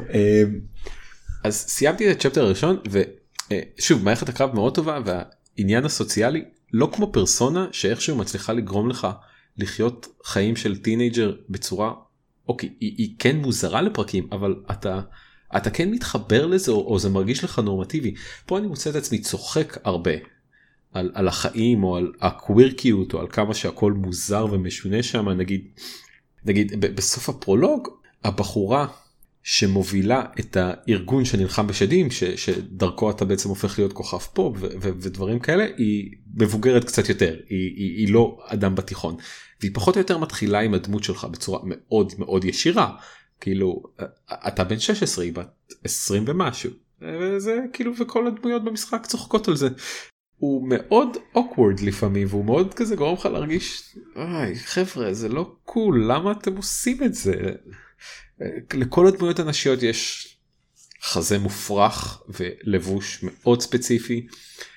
אז סיימתי את הצ'פטר הראשון, ושוב, מערכת הקרב מאוד טובה, והעניין הסוציאלי לא כמו פרסונה שאיכשהו מצליחה לגרום לך לחיות חיים של טינאג'ר בצורה אוקיי, היא, היא כן מוזרה לפרקים, אבל אתה, אתה כן מתחבר לזה, או, או זה מרגיש לך נורמטיבי. פה אני מוצא את עצמי צוחק הרבה על, על החיים, או על הקווירקיות, או על כמה שהכל מוזר ומשונה שם. נגיד, נגיד בסוף הפרולוג, הבחורה שמובילה את הארגון שנלחם בשדים, ש, שדרכו אתה בעצם הופך להיות כוכב פופ ו, ו, ודברים כאלה, היא מבוגרת קצת יותר, היא, היא, היא לא אדם בתיכון, והיא פחות או יותר מתחילה עם הדמות שלך בצורה מאוד מאוד ישירה, כאילו אתה בן שש עשרה, היא בת עשרים ומשהו, וזה כאילו, וכל הדמויות במשחק צוחקות על זה. הוא מאוד awkward לפעמים, והוא מאוד כזה גורם לך להרגיש, איי חבר'ה זה לא קול, למה אתם עושים את זה? לכל הדמויות הנשיות יש חזה מופרך ולבוש מאוד ספציפי,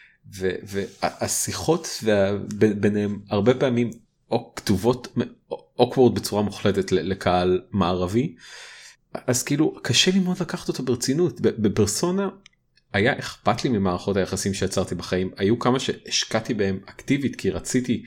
והשיחות ביניהם הרבה פעמים או כתובות awkward בצורה מוחלטת לקהל מערבי, אז כאילו קשה לי מאוד לקחת אותו ברצינות. בפרסונה היה אכפת לי ממערכות היחסים שיצרתי בחיים, היו כמה שהשקעתי בהם אקטיבית כי רציתי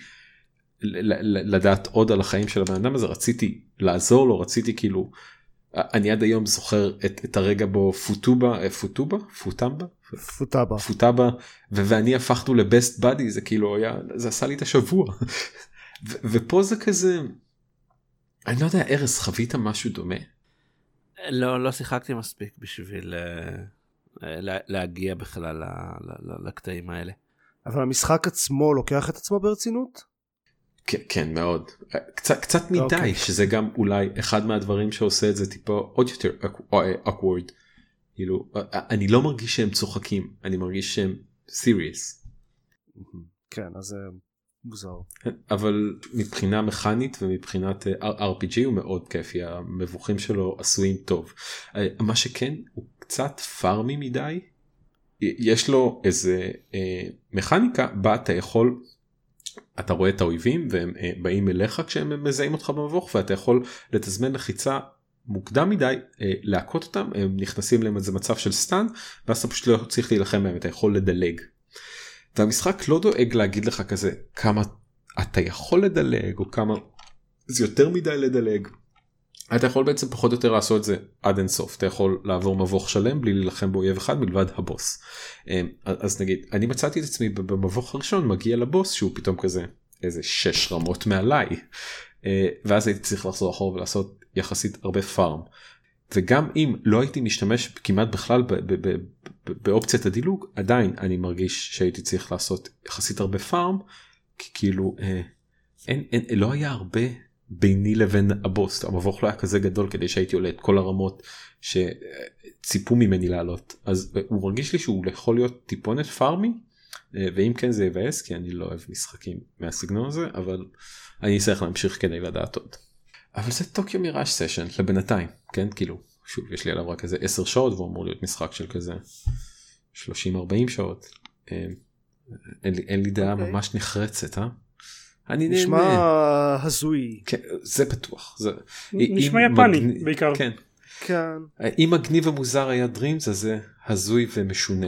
לדעת עוד על החיים של הבן אדם הזה, רציתי לעזור לו, רציתי כאילו, אני עד היום זוכר את, את הרגע בו פוטובה, פוטובה? פוטמבה? פוטאבה. פוטאבה, ו- ואני הפכנו לבסט בדי, זה כאילו היה, זה עשה לי את השבוע. ו- ופה זה כזה, אני לא יודע, ארז, חווית משהו דומה? לא, לא שיחקתי מספיק בשביל לה, להגיע בכלל לקטעים האלה. אבל המשחק עצמו לוקח את עצמו ברצינות? כן, כן, מאוד. קצת, קצת מדי, okay. שזה גם אולי אחד מהדברים שעושה את זה טיפה עוד יותר awkward. כאילו, אני לא מרגיש שהם צוחקים, אני מרגיש שהם serious. כן, אז זה מוזר. אבל מבחינה מכנית ומבחינת אר פי ג'י הוא מאוד כיפי, המבוכים שלו עשויים טוב. מה שכן, הוא קצת פארמי מדי. יש לו איזה מכניקה, בה אתה יכול... אתה רואה את האויבים והם באים אליך כשהם מזהים אותך במבוך, ואתה יכול לתזמן לחיצה מוקדם מדי, להכות אותם, הם נכנסים להם איזה מצב של סטן, ואז אתה פשוט לא צריך להילחם בהם, אתה יכול לדלג. והמשחק לא דואג להגיד לך כזה כמה אתה יכול לדלג, או כמה זה יותר מדי לדלג. אתה יכול בעצם פחות או יותר לעשות את זה עד אינסוף, אתה יכול לעבור מבוך שלם בלי להילחם באויב אחד מלבד הבוס. אז נגיד, אני מצאתי את עצמי במבוך הראשון מגיע לבוס שהוא פתאום כזה איזה שש רמות מעליי, ואז הייתי צריך לחזור אחורה ולעשות יחסית הרבה פארם. וגם אם לא הייתי משתמש כמעט בכלל באופציית הדילוג, עדיין אני מרגיש שהייתי צריך לעשות יחסית הרבה פארם, כי כאילו אין, אין, לא היה הרבה ביני לבין הבוס, המבוך לא היה כזה גדול כדי שהייתי עולה את כל הרמות שציפו ממני לעלות, אז הוא מרגיש לי שהוא יכול להיות טיפונת פארמי, ואם כן זה יבאס, כי אני לא אוהב משחקים מהסגנון הזה, אבל אני צריך להמשיך כדי לדעת עוד. אבל זה טוקיו מיראז' סשן לבינתיים, כן, כאילו, שוב, יש לי עליו רק איזה עשר שעות, והוא אמור להיות משחק של כזה שלושים ארבעים שעות, אין לי, אין לי דעה okay. ממש נחרצת, אה? אני נשמע הזוי. כן, זה בטוח. זה... נשמע יפני מגנ... בעיקר. כן. כן. אם מגניב ומוזר היה דרימס, אז זה הזוי ומשונה.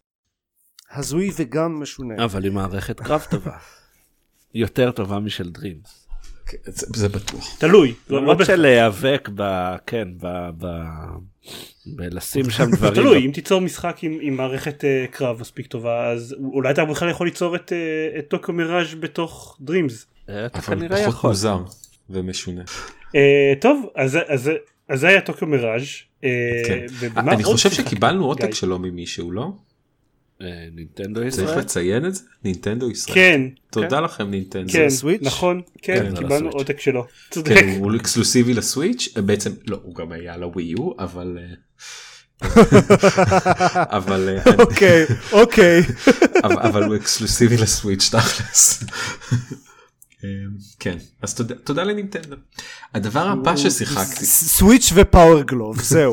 הזוי וגם משונה. אבל היא מערכת קרב טובה. יותר טובה משל דרימס. זה, זה בטוח. תלוי. למרות של להיאבק ב... כן, ב... ב... בלשים שם דברים. תלוי, אם תיצור משחק עם, עם מערכת uh, קרב מספיק טובה, אז אולי אתה בכלל יכול ליצור את, uh, את טוקיו מיראז' בתוך דרימס. אתה אבל כנראה פחות יכול. מוזר ומשונה. Uh, טוב, אז, אז, אז זה היה טוקיו מיראז'. Uh, כן. ובמה אני חושב שיחק? שקיבלנו עותק גיא. שלו ממישהו, לא? נינטנדו ישראל. צריך לציין את זה? נינטנדו ישראל. כן. תודה כן. לכם נינטנדו. כן, סוויץ'? נכון, כן, כן, קיבלנו עותק שלו. צודק. כן, הוא אקסקלוסיבי לסוויץ', בעצם לא, הוא גם היה לווי יו, אבל אבל אוקיי, אוקיי. אבל הוא אקסקלוסיבי לסוויץ' תכלס. כן, אז תודה, תודה לנינטנדו. הדבר הבא ששיחקתי. סוויץ' ופאוור גלוב, זהו.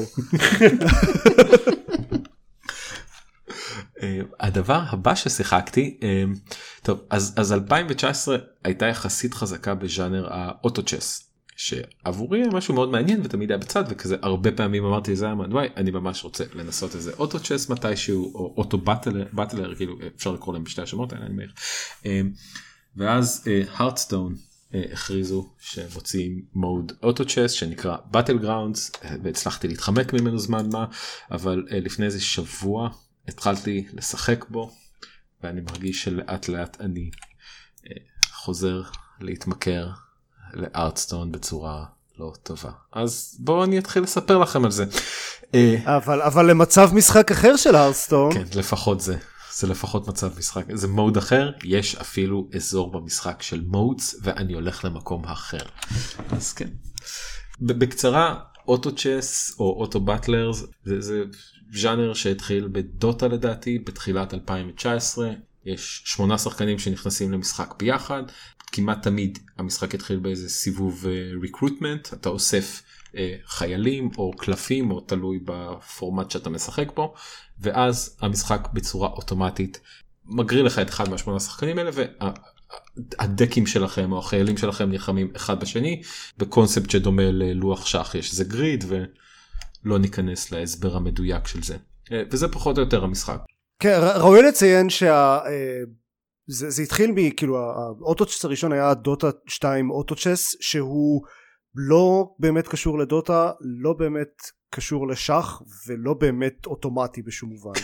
הדבר הבא ששיחקתי, טוב, אז, אז אלפיים תשע עשרה הייתה יחסית חזקה בז'אנר האוטו-צ'ס, שעבורי היה משהו מאוד מעניין ותמיד היה בצד, וכזה הרבה פעמים אמרתי לזה, וואי, אני ממש רוצה לנסות איזה אוטו-צ'ס מתישהו, או אוטו-בטלר, כאילו אפשר לקרוא להם בשתי השמות האלה, אני מעריך. ואז הרדסטון הכריזו שמוציאים מוד אוטו צ'ס שנקרא באטל גראונדס, והצלחתי להתחמק ממנו זמן מה, אבל לפני איזה שבוע התחלתי לשחק בו, ואני מרגיש שלאט לאט אני חוזר להתמכר לארטסטון בצורה לא טובה. אז בואו אני אתחיל לספר לכם על זה. אבל, אבל למצב משחק אחר של ארטסטון. כן, לפחות זה. זה לפחות מצב משחק. זה מוד אחר, יש אפילו אזור במשחק של מודס, ואני הולך למקום אחר. אז כן. בקצרה, אוטו צ'ס או אוטו באטלרס, זה, זה ז'אנר שהתחיל בדוטה לדעתי, בתחילת אלפיים תשע עשרה. יש שמונה שחקנים שנכנסים למשחק ביחד. כמעט תמיד המשחק התחיל באיזה סיבוב ריקרוטמנט, אתה אוסף חיילים או קלפים, או תלוי בפורמט שאתה משחק בו, ואז המשחק בצורה אוטומטית מגריר לך את אחד מהשמונה השחקנים האלה, והדקים שלכם או החיילים שלכם נלחמים אחד בשני, בקונספט שדומה ללוח שח, יש איזה גריד, ולא ניכנס להסבר המדויק של זה. וזה פחות או יותר המשחק. כן, ראוי לציין שה... זה, זה התחיל מכאילו האוטוצ'ס הראשון היה דוטה שתיים אוטוצ'ס, שהוא לא באמת קשור לדוטה, לא באמת קשור לשח, ולא באמת אוטומטי בשום מובן.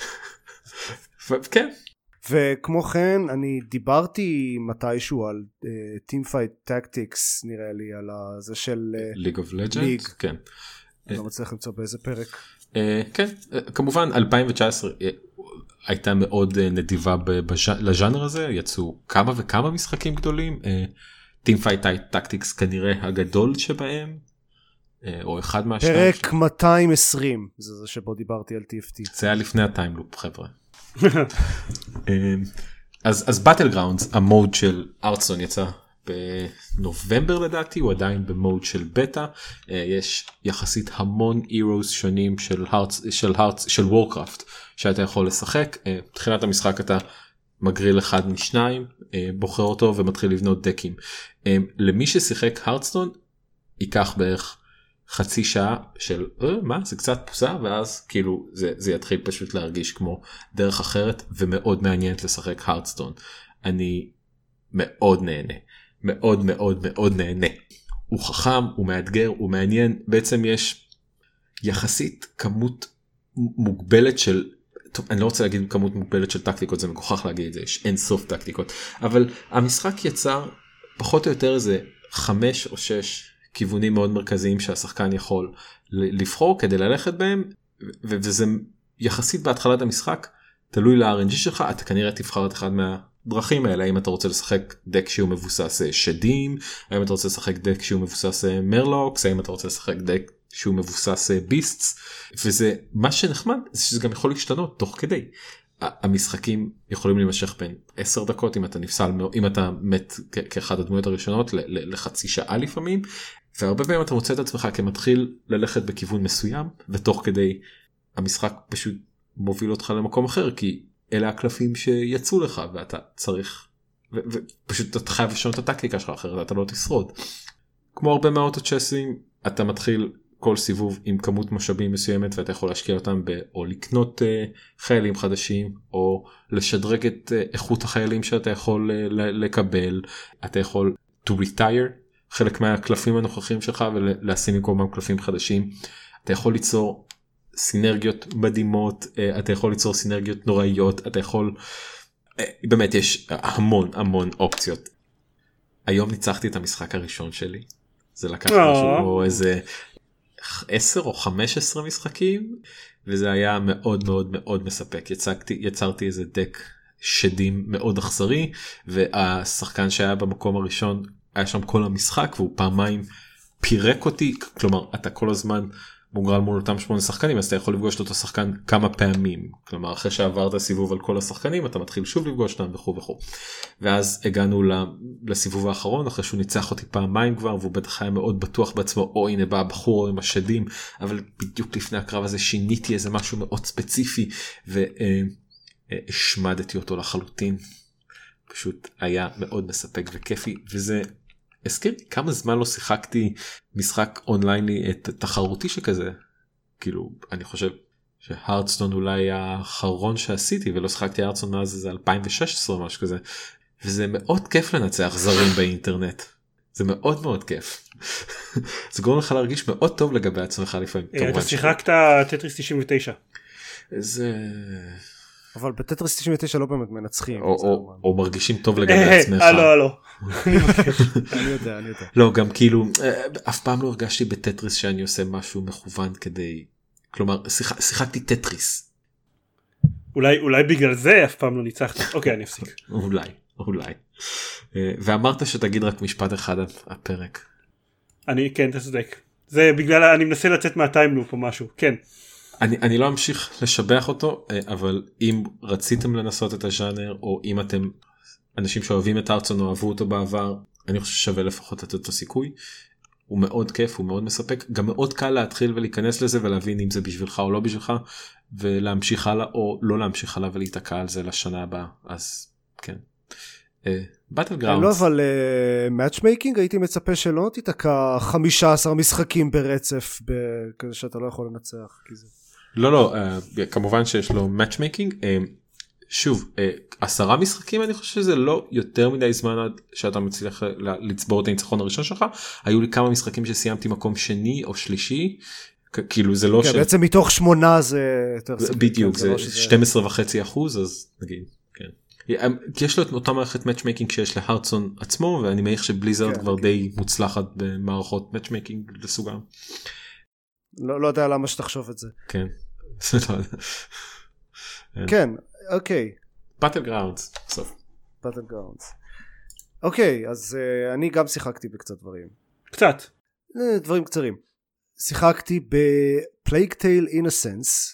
כן. וכמו כן אני דיברתי מתישהו על טים פייט טקטיקס, נראה לי על זה של ליג אוף לג'נדס, כן. אני לא מצליח למצוא באיזה פרק. כן, כמובן אלפיים תשע עשרה הייתה מאוד נדיבה לז'אנר הזה, יצאו כמה וכמה משחקים גדולים, טים פייט טקטיקס כנראה הגדול שבהם, או אחד מהשניים. פרק מאתיים ועשרים, זה זה שבו דיברתי על טי אף טי. זה היה לפני הטיימלופ חבר'ה. אז אז באטל גראונדס, המוד של ארטסטון יצא בנובמבר לדעתי, הוא עדיין במוד של בטא, יש יחסית המון הירוס שונים של הארטס של הארטס של וורקראפט שאתה יכול לשחק. בתחילת המשחק אתה מגריל אחד משניים, בוחר אותו ומתחיל לבנות דקים. למי ששיחק הארטסטון ייקח בערך חצי שעה של אה, מה זה קצת פוסה, ואז כאילו זה זה יתחיל פשוט להרגיש כמו דרך אחרת, ומאוד מעניינת לשחק הארטסטון. אני מאוד נהנה, מאוד מאוד מאוד נהנה. הוא חכם, הוא מאתגר, הוא מעניין. בעצם יש יחסית כמות מוגבלת של, טוב, אני לא רוצה להגיד כמות מוגבלת של טקטיקות, זה מגוחך להגיד את זה, יש אין סוף טקטיקות, אבל המשחק יצר פחות או יותר איזה חמש או שש כיוונים מאוד מרכזיים שהשחקן יכול לבחור כדי ללכת בהם, וזה יחסית בהתחלת המשחק, תלוי ל-אר אן ג'י שלך, אתה כנראה תבחר את אחד מהדרכים האלה, האם אתה רוצה לשחק דק שהוא מבוסס שדים, האם אתה רוצה לשחק דק שהוא מבוסס מרלוקס, האם אתה רוצה לשחק דק שהוא מבוסס ביסטס, וזה מה שנחמד, זה שזה גם יכול להשתנות תוך כדי. המשחקים יכולים להימשך בין עשר דקות אם אתה נפסל, אם אתה מת כאחד הדמויות הראשונות לחצי שעה לפעמים, והרבה פעמים אתה מוצא את עצמך כמתחיל ללכת בכיוון מסוים, ותוך כדי המשחק פשוט מוביל אותך למקום אחר, כי אלה הקלפים שיצאו לך ואתה צריך, ופשוט אתה חייב לשנות את הטקטיקה שלך, אחרת אתה לא תשרוד. כמו הרבה מהאוטו צ'סים, אתה מתחיל כל סיבוב עם כמות משאבים מסוימת, ואתה יכול להשקיע אותם ב- או לקנות uh, חיילים חדשים, או לשדרג את uh, איכות החיילים שאתה יכול uh, לקבל. אתה יכול to retire חלק מהקלפים הנוכחים שלך ולשים במקומם קלפים חדשים. אתה יכול ליצור סינרגיות מדהימות, uh, אתה יכול ליצור סינרגיות נוראיות, אתה יכול uh, באמת יש המון המון אופציות. היום ניצחתי את המשחק הראשון שלי, זה לקח משהו כמו איזה עשר או חמש עשרה משחקים, וזה היה מאוד מאוד מאוד מספק. יצרתי, יצרתי איזה דק שדים מאוד אכזרי, והשחקן שהיה במקום הראשון היה שם כל המשחק, והוא פעמיים פירק אותי. כלומר, אתה כל הזמן מוגרל מול אותם שמונה שחקנים, אז אתה יכול לפגוש את אותו שחקן כמה פעמים. כלומר, אחרי שעברת סיבוב על כל השחקנים, אתה מתחיל שוב לפגוש אותם וכו' וכו'. ואז הגענו לסיבוב האחרון, אחרי שהוא ניצח אותי פעמיים כבר, והוא בטח היה מאוד בטוח בעצמו, או הנה בא הבחור עם השדים, אבל בדיוק לפני הקרב הזה שיניתי איזה משהו מאוד ספציפי, והשמדתי אותו לחלוטין. פשוט היה מאוד מספק וכיפי, וזה הזכיר לי כמה זמן לא שיחקתי משחק אונלייני את תחרותי שכזה. כאילו אני חושב שהארטסטון אולי האחרון שעשיתי, ולא שיחקתי הארטסטון מאז זה אלפיים ושש עשרה או משהו כזה, וזה מאוד כיף לנצח זרים באינטרנט. זה מאוד מאוד כיף. זה גורם לך להרגיש מאוד טוב לגבי עצמך לפעמים. אתה שיחקת טטריס תשעים ותשע. זה... אבל בטטריס תשעים ותשע לא באמת מנצחים. או מרגישים טוב לגבי עצמך. הלו הלו. אני יודע, אני יודע. לא, גם כאילו, אף פעם לא הרגשתי בטטריס שאני עושה משהו מכוון כדי, כלומר, שיחקתי טטריס. אולי בגלל זה אף פעם לא ניצחתי. אוקיי, אני אפסיק. אולי, אולי. ואמרת שתגיד רק משפט אחד על הפרק. אני, כן, אתה צודק. זה בגלל, אני מנסה לצאת מהטיימלופ או משהו, כן. אני, אני לא אמשיך לשבח אותו, אבל אם רציתם לנסות את הז'אנר, או אם אתם אנשים שאוהבים את ארצון או אהבו אותו בעבר, אני חושב ששווה לפחות לתת אותו סיכוי. הוא מאוד כיף, הוא מאוד מספק, גם מאוד קל להתחיל ולהיכנס לזה ולהבין אם זה בשבילך או לא בשבילך, ולהמשיך הלאה או לא להמשיך הלאה ולהתעקע על זה לשנה הבאה, אז כן. באטל גראונדס. לא, אבל מאצ'מייקינג הייתי מצפה שלא תתעקע חמישה עשר משחקים ברצף, כזה שאתה לא יכול לנצח. לא, לא, כמובן שיש לו מאצ'מייקינג. שוב, עשרה משחקים אני חושב שזה לא יותר מדי זמן עד שאתה מצליח לצבור את הניצחון הראשון שלך. היו לי כמה משחקים שסיימתי מקום שני או שלישי, כאילו זה לא... בעצם מתוך שמונה זה... בדיוק, זה שתים עשרה וחצי אחוז, אז נגיד, כן. כי יש לו את אותה מערכת מאצ'מייקינג שיש להרצון עצמו, ואני מעריך שבליזרד כבר די מוצלחת במערכות מאצ'מייקינג לסוגם. לא יודע למה שתחשוב את זה. כן. כן, אוקיי. באטל גראונדס, בסוף. באטל גראונדס. אוקיי, אז אני גם שיחקתי בקצת דברים. קצת. דברים קצרים. שיחקתי בפלייג טייל אינוסנס,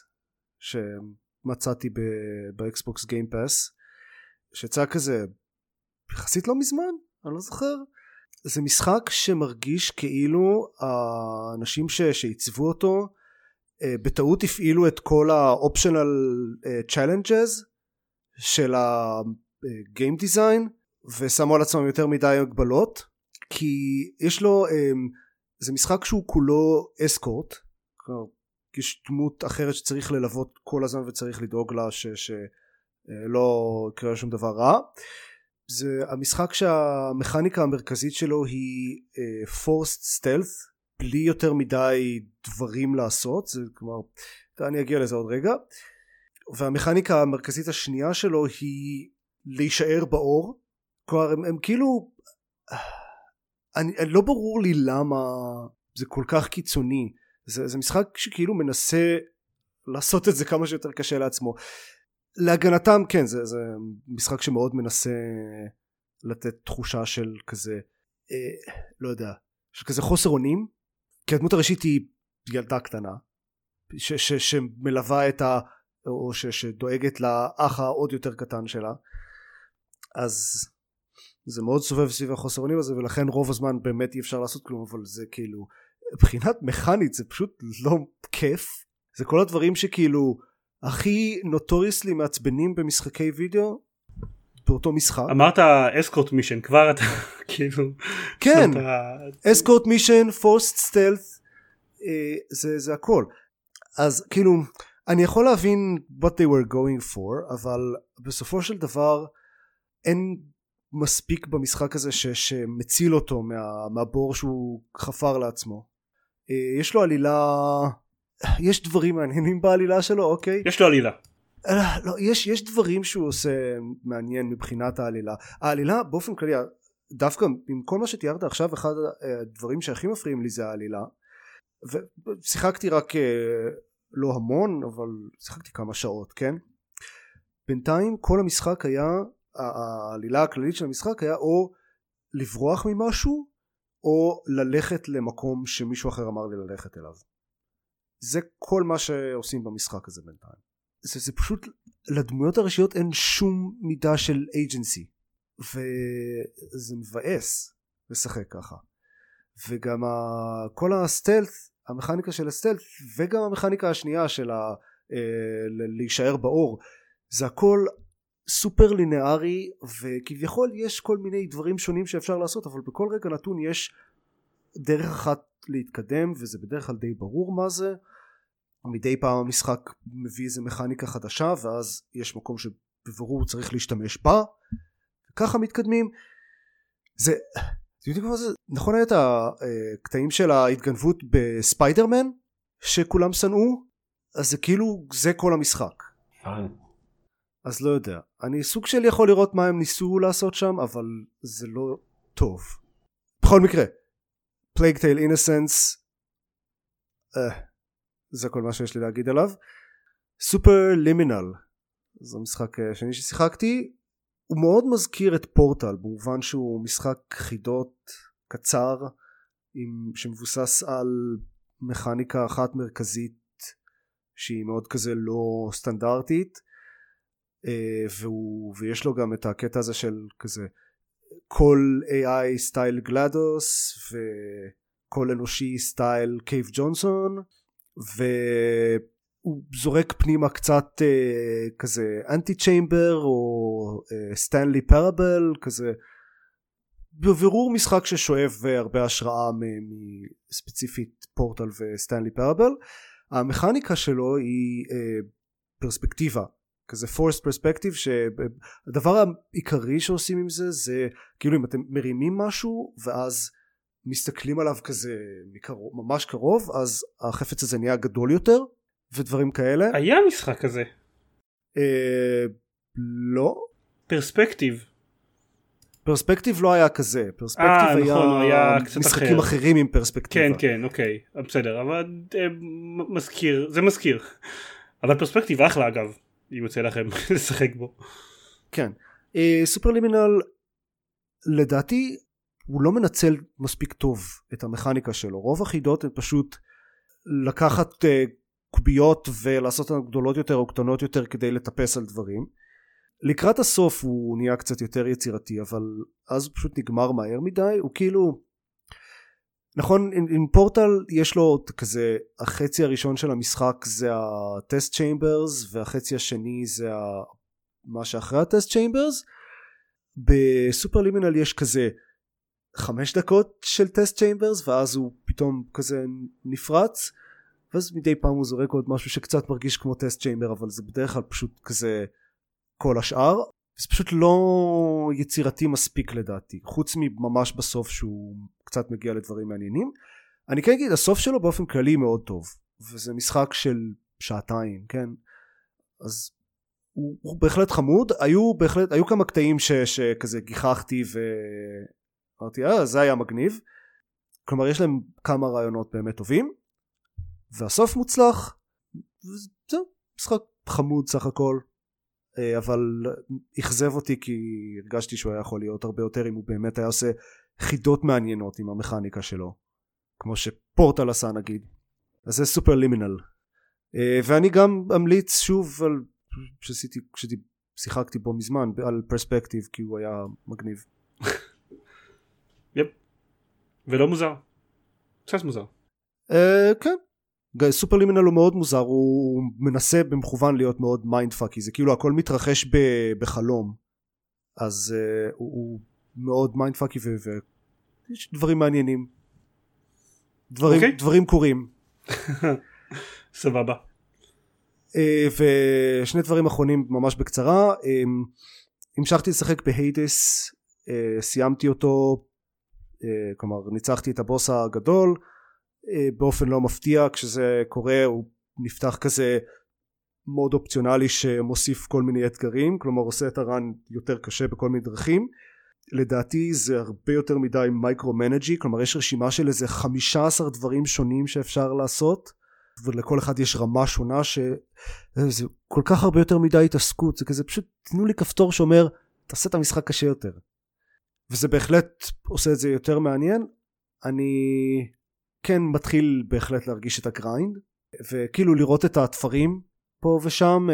שמצאתי באקסבוקס גיים פאס, שיצא כזה יחסית לא מזמן, אני לא זוכר. זה משחק שמרגיש כאילו האנשים שעיצבו אותו בטעות הפעילו את כל האופשנל צ'אלנג'ז של הגיים דיזיין ושמו על עצמם יותר מדי הגבלות, כי יש לו, זה משחק שהוא כולו אסקורט, יש דמות אחרת שצריך ללוות כל הזמן וצריך לדאוג לה שלא יקרה שום דבר רע. זה המשחק שהמכניקה המרכזית שלו היא forced stealth, בלי יותר מדי דברים לעשות, זה כלומר, אני אגיע לזה עוד רגע. והמכניקה המרכזית השנייה שלו היא להישאר באור. כלומר, הם, הם כאילו, אני, לא ברור לי למה זה כל כך קיצוני. זה, זה משחק שכאילו מנסה לעשות את זה כמה שיותר קשה לעצמו. להגנתם, כן, זה, זה משחק שמאוד מנסה לתת תחושה של כזה, אה, לא יודע, של כזה חוסר אונים, כי הדמות הראשית היא ילדה קטנה, ש, ש, שמלווה את ה... או ש, שדואגת לאח העוד יותר קטן שלה, אז זה מאוד סובב סביב החוסר אונים הזה, ולכן רוב הזמן באמת אי אפשר לעשות כלום, אבל זה כאילו, מבחינת מכנית זה פשוט לא כיף, זה כל הדברים שכאילו, הכי נוטוריסלי מעצבנים במשחקי וידאו באותו משחק. אמרת אסקורט מישן, כבר אתה כאילו... כן, אסקורט מישן, פורסט סטלת, זה, זה הכל. אז כאילו, אני יכול להבין what they were going for, אבל בסופו של דבר אין מספיק במשחק הזה ש, שמציל אותו מה, מהבור שהוא חפר לעצמו. יש לו עלילה... יש דברים מעניינים בעלילה שלו, אוקיי? יש לו עלילה. לא, יש, יש דברים שהוא עושה מעניין מבחינת העלילה. העלילה באופן כללי, דווקא עם כל מה שתיארת עכשיו, אחד הדברים שהכי מפריעים לי זה העלילה. ושיחקתי רק לא המון, אבל שיחקתי כמה שעות, כן? בינתיים כל המשחק היה, העלילה הכללית של המשחק היה או לברוח ממשהו, או ללכת למקום שמישהו אחר אמר לי ללכת אליו. זה כל מה שעושים במשחק הזה בינתיים. זה, זה פשוט, לדמויות הראשיות אין שום מידה של agency, וזה מבאס לשחק ככה. וגם ה, כל הסטלט, המכניקה של הסטלט, וגם המכניקה השנייה של ה, אה, להישאר באור, זה הכל סופר לינארי, וכביכול יש כל מיני דברים שונים שאפשר לעשות, אבל בכל רגע נתון יש דרך אחת להתקדם, וזה בדרך כלל די ברור מה זה. מדי פעם המשחק מביא איזה מכניקה חדשה, ואז יש מקום שבברור צריך להשתמש בה, וככה מתקדמים. זה, אתם יודעים מה זה? נכון היה את הקטעים של ההתגנבות בספיידרמן שכולם שנאו? אז זה כאילו זה כל המשחק. אז לא יודע. אני סוג שלי יכול לראות מה הם ניסו לעשות שם, אבל זה לא טוב. בכל מקרה, Plague Tale Innocence, אה, זה כל מה שיש לי להגיד עליו. Superliminal, זה משחק שני ששיחקתי, הוא מאוד מזכיר את פורטל, במובן שהוא משחק חידות קצר, עם, שמבוסס על מכניקה אחת מרכזית, שהיא מאוד כזה לא סטנדרטית, והוא, ויש לו גם את הקטע הזה של כזה כל איי איי סטייל גלדוס וכל אנושי סטייל קייב ג'ונסון, והוא זורק פנימה קצת כזה אנטי צ'יימבר או סטנלי פרבל, כזה בבירור משחק ששואב הרבה השראה מספציפית פורטל וסטנלי פרבל. המכניקה שלו היא פרספקטיבה, כזה forced perspective, שהדבר העיקרי שעושים עם זה זה כאילו אם אתם מרימים משהו ואז מסתכלים עליו כזה מקרוב, ממש קרוב, אז החפץ הזה נהיה גדול יותר ודברים כאלה. היה משחק כזה? אה, לא. פרספקטיב. פרספקטיב לא היה כזה, פרספקטיב 아, היה, נכון, היה משחקים אחר. אחרים עם פרספקטיבה. כן כן אוקיי בסדר, אבל אה, מזכיר, זה מזכיר, אבל פרספקטיב אחלה אגב, אם יוצא לכם לשחק בו. כן, סופרלימינל לדעתי הוא לא מנצל מספיק טוב את המכניקה שלו. רוב החידות הן פשוט לקחת uh, קוביות ולעשות אותן גדולות יותר או קטנות יותר כדי לטפס על דברים. לקראת הסוף הוא נהיה קצת יותר יצירתי, אבל אז הוא פשוט נגמר מהר מדי. הוא כאילו, נכון, עם פורטל יש לו כזה, החצי הראשון של המשחק זה הטסט צ'יימברס, והחצי השני זה מה שאחרי הטסט צ'יימברס. בסופרלימינל יש כזה חמש דקות של טסט צ'יימברס, ואז הוא פתאום כזה נפרץ, ואז מדי פעם הוא זורק עוד משהו שקצת מרגיש כמו טסט צ'יימבר, אבל זה בדרך כלל פשוט כזה כל השאר. זה פשוט לא יצירתי מספיק לדעתי, חוץ מממש בסוף שהוא קצת מגיע לדברים מעניינים. אני כן אגיד, הסוף שלו באופן כללי מאוד טוב, וזה משחק של שעתיים, כן? אז הוא, הוא בהחלט חמוד. היו בהחלט, היו כמה קטעים ש, שכזה גיחכתי ואמרתי, אה, זה היה מגניב. כלומר, יש להם כמה רעיונות באמת טובים, והסוף מוצלח, וזהו, משחק חמוד סך הכל. אבל הכזב אותי כי הרגשתי שהוא היה יכול להיות הרבה יותר אם הוא באמת היה עושה חידות מעניינות עם המכניקה שלו, כמו שפורטל עשה נגיד. אז זה סופרלימינל. ואני גם אמליץ שוב על שעשיתי, כששיחקתי בו מזמן, על פרספקטיב, כי הוא היה מגניב. יפ. ולא מוזר. קצת מוזר. כן. סופרלימינל הוא מאוד מוזר, הוא מנסה במכוון להיות מאוד מיינד פאקי, זה כאילו הכל מתרחש בחלום, אז uh, הוא, הוא מאוד מיינד פאקי ויש דברים מעניינים, דברים, okay. דברים קורים. סבבה. uh, ושני דברים אחרונים ממש בקצרה. uh, המשכתי לשחק בהיידס, uh, סיימתי אותו, uh, כלומר ניצחתי את הבוס הגדול, באופן לא מפתיע. כשזה קורה הוא נפתח כזה מוד אופציונלי שמוסיף כל מיני אתגרים, כלומר עושה את הרן יותר קשה בכל מיני דרכים. לדעתי זה הרבה יותר מדי מייקרו-מנג'י, כלומר יש רשימה של איזה חמישה עשר דברים שונים שאפשר לעשות, ולכל אחד יש רמה שונה, שזה כל כך הרבה יותר מדי התעסקות. זה כזה פשוט תנו לי כפתור שאומר תעשה את המשחק קשה יותר, וזה בהחלט עושה את זה יותר מעניין. אני כן מתחיל בהחלט להרגיש את הגריינד, וכאילו לראות את התפרים פה ושם.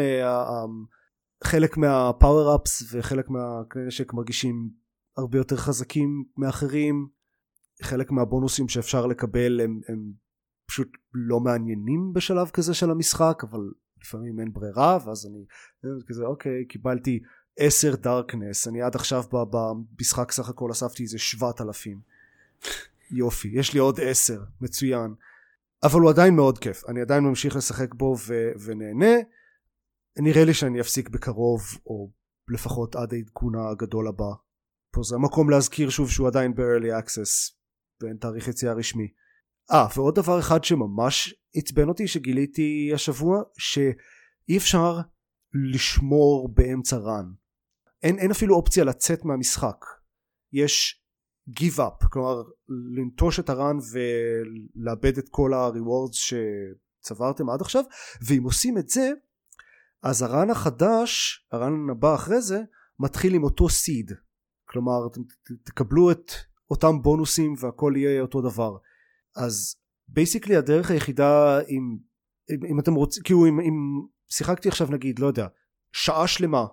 חלק מהפאוור-אפס וחלק מהכלי נשק מרגישים הרבה יותר חזקים מאחרים. חלק מהבונוסים שאפשר לקבל הם, הם פשוט לא מעניינים בשלב כזה של המשחק, אבל לפעמים אין ברירה, ואז אני כזה אוקיי, קיבלתי עשר דארקנס, אני עד עכשיו במשחק סך הכל אספתי איזה שבעת אלפים. יופי, יש לי עוד עשר, מצוין. אבל הוא עדיין מאוד כיף, אני עדיין ממשיך לשחק בו ו- ונהנה. נראה לי שאני אפסיק בקרוב, או לפחות עד העדכון הגדול הבא, פה זה המקום להזכיר שוב שהוא עדיין ב-early access בין תאריך יציאה רשמי. אה, ועוד דבר אחד שממש עצבן אותי שגיליתי השבוע, שאי אפשר לשמור באמצע רן. אין, אין אפילו אופציה לצאת מהמשחק. יש give up, כלומר לנטוש את הרן ולאבד את כל ה-rewards שצברתם עד עכשיו, ואם עושים את זה, אז הרן החדש, הרן הבא אחרי זה, מתחיל עם אותו seed. כלומר, תקבלו את אותם בונוסים והכל יהיה אותו דבר. אז basically הדרך היחידה, אם, אם אתם רוצים, כאילו אם, אם שיחקתי עכשיו נגיד, לא יודע, שעה שלמה,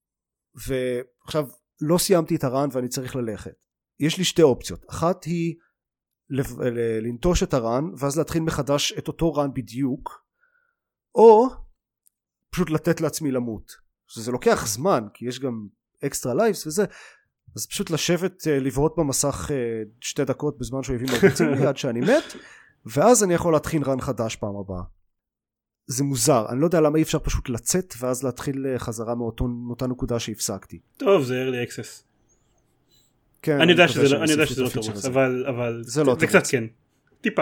ועכשיו לא סיימתי את הרן ואני צריך ללכת. יש לי שתי אופציות. אחת היא לנטוש את הרן, ואז להתחיל מחדש את אותו רן בדיוק, או פשוט לתת לעצמי למות. שזה לוקח זמן, כי יש גם אקסטרה לייבס וזה, אז פשוט לשבת לברות במסך שתי דקות בזמן שאויבים מרביצים לי עד שאני מת, ואז אני יכול להתחיל רן חדש פעם הבאה. זה מוזר, אני לא יודע למה אי אפשר פשוט לצאת ואז להתחיל חזרה מאותו, מאותה נקודה שהפסקתי. טוב, זה early access. כן, אני יודע שזה לא, אני יודע שזה לא תירוץ, אבל, אבל זה, לא זה קצת כן, טיפה.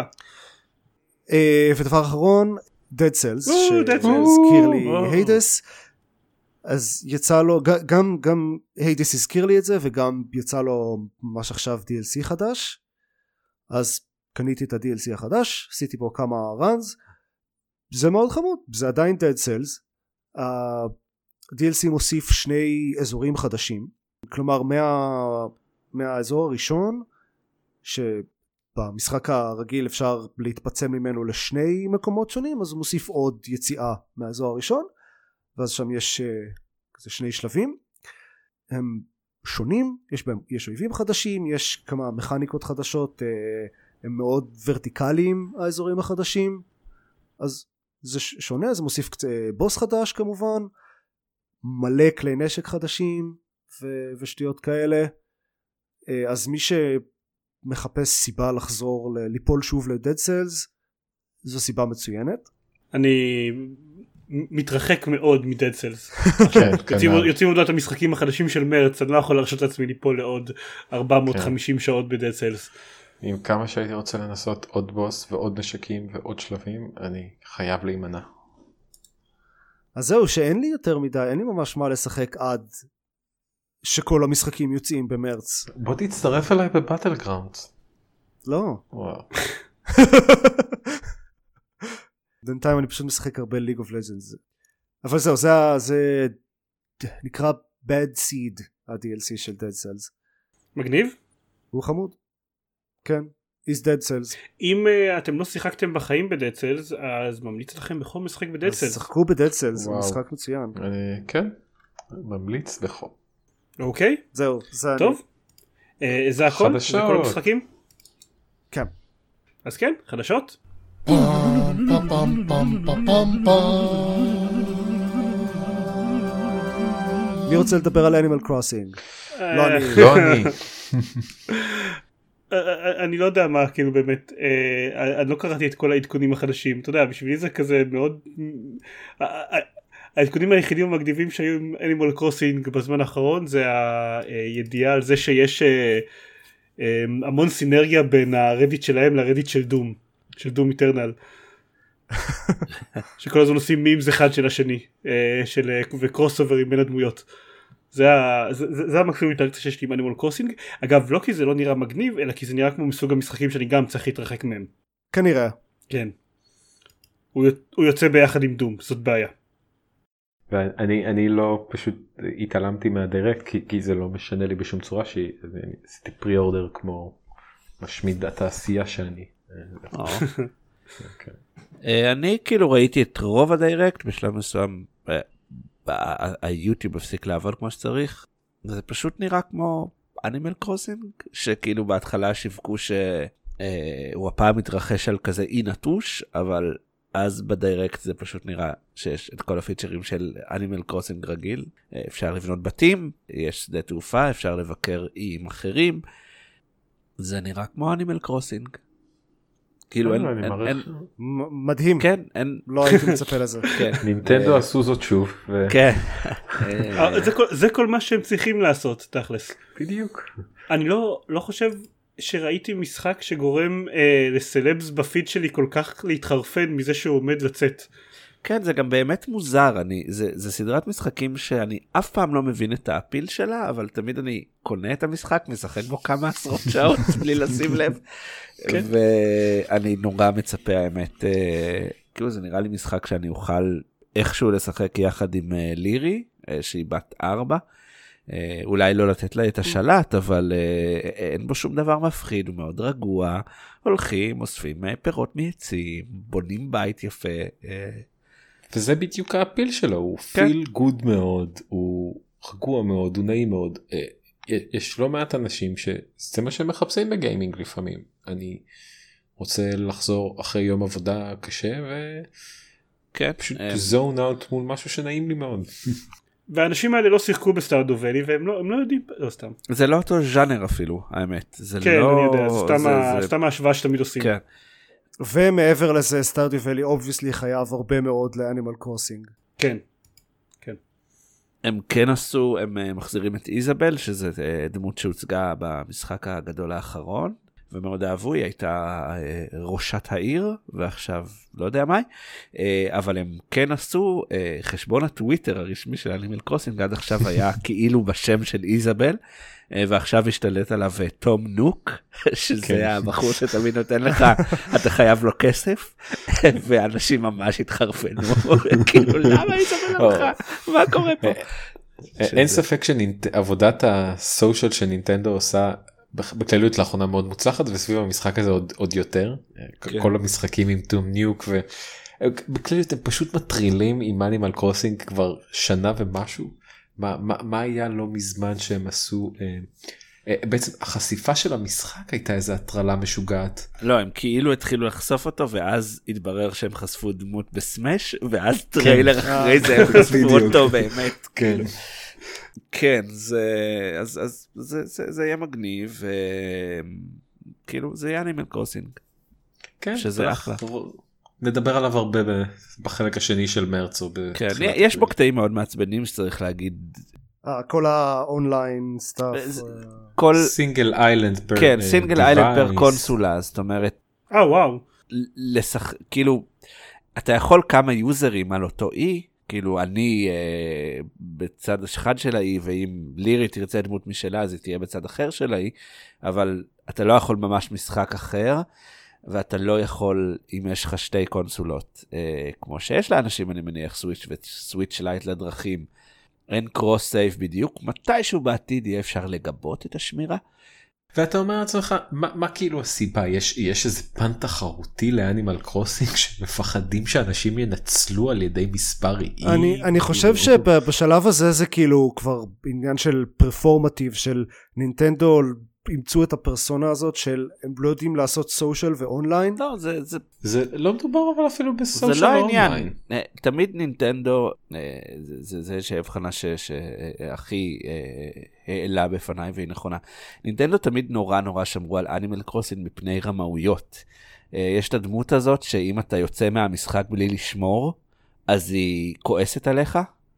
ודבר אחרון, Dead Cells, שהזכיר לי היידס, אז יצא לו, גם, גם היידס הזכיר לי את זה, וגם יצא לו ממש עכשיו די אל סי חדש, אז קניתי את ה-די אל סי החדש, עשיתי בו כמה runs, זה מאוד חמוד, זה עדיין Dead Cells, ה-די אל סי מוסיף שני אזורים חדשים, כלומר מה, מהאזור הראשון, שבמשחק הרגיל אפשר להתפצל ממנו לשני מקומות שונים, אז הוא מוסיף עוד יציאה מהאזור הראשון, ואז שם יש כזה שני שלבים, הם שונים, יש בהם, יש אויבים חדשים, יש כמה מכניקות חדשות, הם מאוד ורטיקליים האזורים החדשים, אז זה שונה, זה מוסיף בוס חדש כמובן, מלא כלי נשק חדשים ו- ושטויות כאלה, אז מי שמחפש סיבה לחזור ליפול שוב ל-Dead Cells, זו סיבה מצוינת. אני מתרחק מאוד מ-Dead Cells. יוצאים עוד את המשחקים החדשים של מרץ, אני לא יכול להרשות לעצמי ליפול לעוד ארבע מאות וחמישים שעות ב-Dead Cells. עם כמה שהייתי רוצה לנסות עוד בוס ועוד נשקים ועוד שלבים, אני חייב להימנע. אז זהו, שאין לי יותר מדי, אין לי ממש מה לשחק עד שכל המשחקים יוצאים במרץ. בוא תצטרף אליי בבטל גראונדס. לא. וואו. בינתיים אני פשוט משחק הרבה ליג אוף לג'נדס. אבל זהו, זה, זה נקרא Bad Seed, ה-די אל סי של Dead Cells. מגניב? הוא חמוד. כן, is Dead Cells. אם uh, אתם לא שיחקתם בחיים ב-Dead Cells, אז ממליץ לכם בכל משחק ב-Dead Cells. אז שחקו ב-Dead Cells, זה משחק מצוין. אני, כן, ממליץ בכל. אוקיי. זהו, זה טוב. Uh, זה הכל? חדשות. זה כל המשחקים? כן. אז כן, חדשות? מי רוצה לדבר על Animal Crossing? לא אני. לא אני. אני לא יודע מה, כאילו באמת, אני לא קראתי את כל העדכונים החדשים, אתה יודע, בשבילי זה כזה מאוד, העדכונים היחידים המגניבים שהיו עם Animal Crossing בזמן האחרון, זה הידיעה על זה שיש המון סינרגיה בין הרדיט שלהם לרדיט של דום, של דום איטרנל. שכל הזמן עושים מימס אחד של השני, של, וקרוס אוברים בין הדמויות. זה, זה, זה, זה המקסימום אינטראקציה שיש לי עם Animal Crossing. אגב, לא כי זה לא נראה מגניב, אלא כי זה נראה כמו מסוג המשחקים שאני גם צריך להתרחק מהם. כנראה. כן. הוא, הוא יוצא ביחד עם דום, זאת בעיה. ואני אני לא פשוט התעלמתי מהדירקט, כי, כי זה לא משנה לי בשום צורה, שעשיתי פרי אורדר כמו משמיד התעשייה שאני. אני כאילו ראיתי את רוב הדירקט בשלב מסוים, היוטיוב הפסיק לעבוד כמו שצריך, וזה פשוט נראה כמו Animal Crossing, שכאילו בהתחלה שיווקו שהוא הפעם מתרחש על כזה אי נטוש, אבל אז בדירקט זה פשוט נראה שיש את כל הפיצ'רים של Animal Crossing רגיל, אפשר לבנות בתים, יש שדה תעופה, אפשר לבקר איים אחרים, זה נראה כמו Animal Crossing. כאילו אין, אין, אין, מדהים, כן, אין, לא הייתי מצפה לזה. נינטנדו עשו זאת שוב. כן, זה כל, זה כל מה שהם צריכים לעשות תכלס. בדיוק. אני לא לא חושב שראיתי משחק שגורם אה, לסלבס בפיד שלי כל כך להתחרפן מזה שהוא עומד לצאת. כן, זה גם באמת מוזר, אני, זה, זה סדרת משחקים שאני אף פעם לא מבין את האפיל שלה, אבל תמיד אני קונה את המשחק, משחק בו כמה עשרות שעות בלי לשים לב, כן. ואני נורא מצפה האמת, אה, כאילו זה נראה לי משחק שאני אוכל איכשהו לשחק יחד עם אה, לירי, אה, שהיא בת ארבע, אה, אולי לא לתת לה את השלט, אבל אה, אין בו שום דבר מפחיד, הוא מאוד רגוע, הולכים, אוספים אה, פירות מעצים, בונים בית יפה, אה, וזה בדיוק האפיל שלו, הוא כן. פיל גוד מאוד, הוא רגוע מאוד, הוא נעים מאוד. יש לא מעט אנשים שזה מה שהם מחפשים בגיימינג לפעמים. אני רוצה לחזור אחרי יום עבודה קשה ופשוט כן. זון אאוט מול משהו שנעים לי מאוד. והאנשים האלה לא שיחקו בסטארדו ואלי והם לא, הם לא יודעים, לא סתם. זה לא אותו ז'אנר אפילו, האמת. זה כן, לא... אני יודע, זה סתם, זה, ה... זה... סתם ההשוואה שתמיד עושים. כן. ומעבר לזה, סטארדיו ואלי אובייסלי חייב הרבה מאוד לאנימל קרוסינג. כן, כן. הם כן עשו, הם מחזירים את איזבל, שזה דמות שהוצגה במשחק הגדול האחרון, ומאוד אהבו, היא הייתה ראשת העיר, ועכשיו לא יודע מה, אבל הם כן עשו, חשבון הטוויטר הרשמי של אנימל קרוסינג, עד עכשיו היה כאילו בשם של איזבל, ועכשיו השתלט עליו תום נוק, שזה הבחור שתמיד נותן לך, אתה חייב לו כסף, ואנשים ממש התחרפנו, כאילו למה איזבל לך? מה קורה פה? אין ספק שעבודת הסושיאל שנינטנדו עושה, בכלליות לאחרונה מאוד מוצלחת, וסביב המשחק הזה עוד, עוד יותר, כל המשחקים עם תום ניוק, ובכלליות הם פשוט מטרילים עם אנימל קרוסינג כבר שנה ומשהו, מה, מה, מה היה לא מזמן שהם עשו, אה, אה, בעצם החשיפה של המשחק הייתה איזו הטרלה משוגעת. לא, הם כאילו התחילו לחשוף אותו, ואז התברר שהם חשפו דמות בסמש, ואז טריילר אחרי זה הם חשפו אותו באמת. כן. כן, זה, אז, אז, זה, זה, זה יהיה מגניב, כאילו, זה יהיה אנימל קרוסינג. כן. שזה אחלה. נדבר עליו הרבה בחלק השני של מרץ או כן, יש בו קטעים מאוד מעצבנים שצריך להגיד. כל האונליין סטאפ. כל סינגל איילנד פר כן, סינגל איילנד פר קונסולה, זאת אומרת. אה, וואו. לשח... כאילו, אתה יכול כמה יוזרים על אותו אי, כאילו אני אה, בצד אחד של האי, ואם לירי תרצה דמות משלה, אז היא תהיה בצד אחר של האי, אבל אתה לא יכול ממש משחק אחר, ואתה לא יכול, אם יש לך שתי קונסולות, אה, כמו שיש לאנשים, אני מניח, סוויץ' וסוויץ' לייט לדרכים, אין קרוס סייב בדיוק, מתישהו בעתיד יהיה אפשר לגבות את השמירה. ואתה אומר לעצמך, מה, מה כאילו הסיבה? יש, יש איזה פן תחרותי לאנימל קרוסינג שמפחדים שאנשים ינצלו על ידי מספר אי? אני, אני חושב שבשלב הזה זה כאילו כבר עניין של פרפורמטיב, של נינטנדו אימצו את הפרסונה הזאת של הם לא יודעים לעשות סושיאל ואונליין. לא, זה, זה... זה לא מדובר אבל אפילו בסושיאל זה לא ואונליין. העניין. תמיד נינטנדו, זה, זה, זה שהבחנה שהכי העלה בפניי והיא נכונה. נינטנדו תמיד נורא נורא שמרו על אנימל קרוסינג מפני רמאויות. יש את הדמות הזאת שאם אתה יוצא מהמשחק בלי לשמור, אז היא כועסת עליך.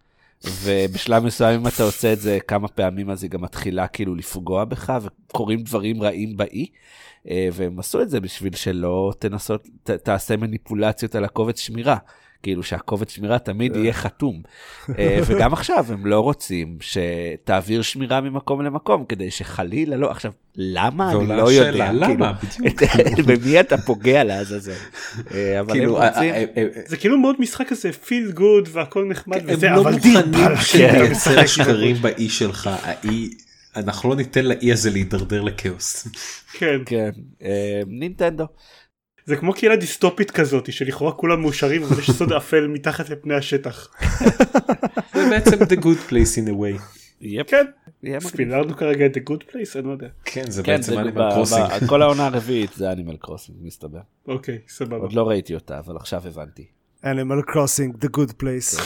ובשלב מסוים אם אתה עושה את זה כמה פעמים אז היא גם מתחילה כאילו לפגוע בך וקוראים דברים רעים באי והם עשו את זה בשביל שלא תנסות, ת, תעשה מניפולציות על הקובץ שמירה, כאילו שהקובץ שמירה תמיד יהיה חתום וגם עכשיו הם לא רוצים שתעביר שמירה ממקום למקום כדי שחלילה לא, עכשיו למה אני לא יודע, למה בדיוק במי אתה פוגע לעזאזל, אבל הם רוצים זה כאילו מאוד משחק כזה פיל גוד והכל נחמד וזה, הם לא אבל מוכנים שתייצר שקרים באי שלך, האי אנחנו לא ניתן לאי הזה להידרדר לכאוס. כן כן, נינטנדו זה כמו קהילה דיסטופית כזאת שלכאורה כולם מאושרים אבל יש סוד אפל מתחת לפני השטח. זה בעצם the good place in a way. כן, ספילרנו כרגע את the good place, אני לא יודע. כן, זה בעצם אנימל קרוסינג. כל העונה הרביעית זה אנימל קרוסינג מסתבר. אוקיי, סבבה. עוד לא ראיתי אותה אבל עכשיו הבנתי. אנימל קרוסינג the good place.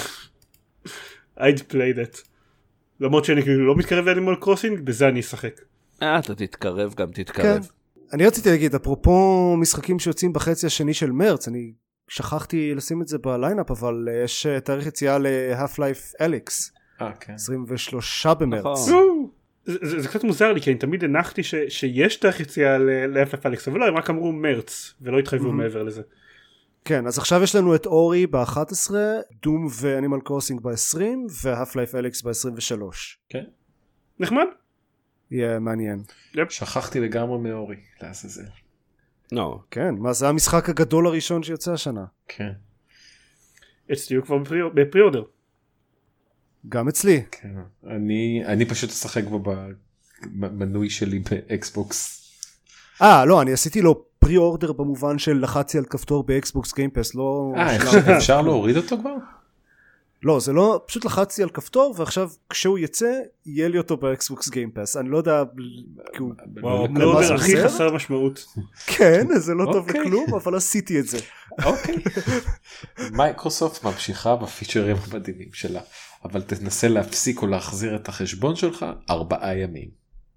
I'd play that. למרות שאני כאילו לא מתקרב לאנימל קרוסינג, בזה אני אשחק. אה, אתה תתקרב גם תתקרב. אני רציתי להגיד, אפרופו משחקים שיוצאים בחצי השני של מרץ, אני שכחתי לשים את זה בליינאפ, אבל יש תאריך יציאה ל-Half-Life Alyx. אה, כן. עשרים ושלושה במרץ. נכון. זה, זה, זה קצת מוזר לי כי אני תמיד הנחתי ש, שיש תאריך יציאה ל-Half-Life אליקס אבל לא, הם רק אמרו מרץ ולא התחייבו מעבר לזה. כן, אז עכשיו יש לנו את אורי ב-אחת עשרה, דום ואנימל קרוסינג ב-עשרים והאף-לייף אליקס ב-עשרים ושלוש. כן. נחמד? יהיה מעניין. שכחתי לגמרי מאורי, לעזאזל. לא. כן, מה זה המשחק הגדול הראשון שיוצא השנה? כן. אצלי הוא כבר בפרי-אורדר. גם אצלי. כן. אני, אני פשוט אשחק בו במנוי שלי באקסבוקס. אה, לא, אני עשיתי לו פרי-אורדר במובן של לחצתי על כפתור באקסבוקס גיימפס, לא... אה, אפשר להוריד אותו כבר? לא, זה לא, פשוט לחצתי על כפתור, ועכשיו כשהוא יצא, יהיה לי אותו באקסבוקס גיימפס. אני לא יודע... פרי-אורדר הכי חסר משמעות. כן, זה לא טוב לכלום, אבל עשיתי את זה. אוקיי. מייקרוסופט ממשיכה בפיצ'רים המדהימים שלה, אבל תנסה להפסיק או להחזיר את החשבון שלך ארבעה ימים.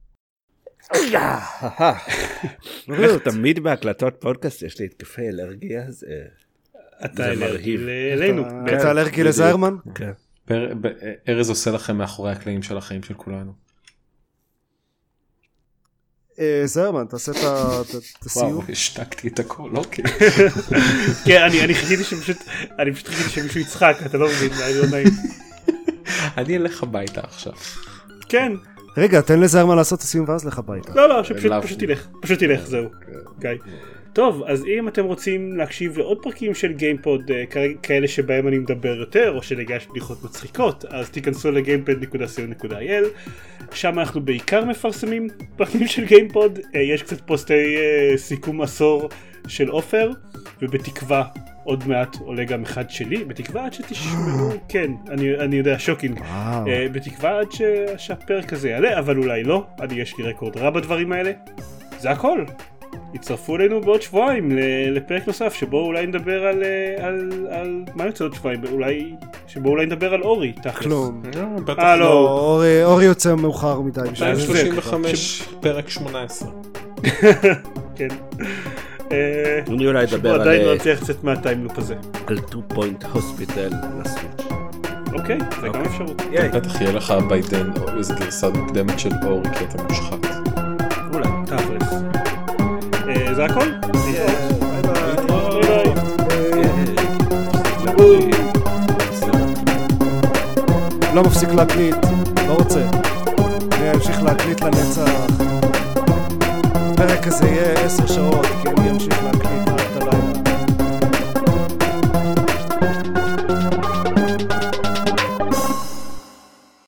תמיד בהקלטות פודקאסט יש לי התקפי אלרגיה, זה אתה אלרגי אלינו. אתה אלרגי לזיירמן? כן. ארז עושה לכם מאחורי הקלעים של החיים של כולנו. זיירמן, תעשה את הסיום. וואו, השתקתי את הכל, אוקיי. כן, אני חיכיתי שפשוט, אני פשוט חיכיתי שמישהו יצחק, אתה לא מבין, אני לא נעים. אני אלך הביתה עכשיו. כן. רגע, תן לזיירמן לעשות את הסיום ואז לך הביתה. לא, לא, שפשוט תלך, פשוט תלך, זהו, גיא. טוב, אז אם אתם רוצים להקשיב לעוד פרקים של גיימפוד כאלה שבהם אני מדבר יותר, או שלגש בדיחות מצחיקות, אז תיכנסו ל-גיימפד נקודה סי או נקודה איי אל, שם אנחנו בעיקר מפרסמים פרקים של גיימפוד, יש קצת פוסטי סיכום עשור של אופר, ובתקווה עוד מעט עולה גם אחד שלי, בתקווה עד שתשמעו, כן, אני, אני יודע, שוקינג, בתקווה עד שהפרק הזה יעלה, אבל אולי לא, אני יש לי רקורד רע בדברים האלה, זה הכל. יצטרפו אלינו בעוד שבועיים לפרק נוסף שבו אולי נדבר על, על, על מה יוצא עוד שבועיים, אולי, שבו אולי נדבר על אורי תכלס. כלום. אה לא. אורי, אורי יוצא מאוחר מדי. מאתיים שלושים וחמש פרק שמונה עשרה. כן. אני אולי אדבר על... עדיין לא נצליח לצאת מהטיימלופ הזה. על טו פוינט הוספיטל לסוויץ'. אוקיי, זה גם אפשרות. בטח יהיה לך ביידן או איזו גרסה מוקדמת של אורי כי אתה מושחת. אולי, תכלס. זה הכל? לא מפסיק להקליט, לא רוצה. אני אמשיך להקליט לנצח. הפרק הזה יהיה עשר שעות, כי אני אמשיך להקליט.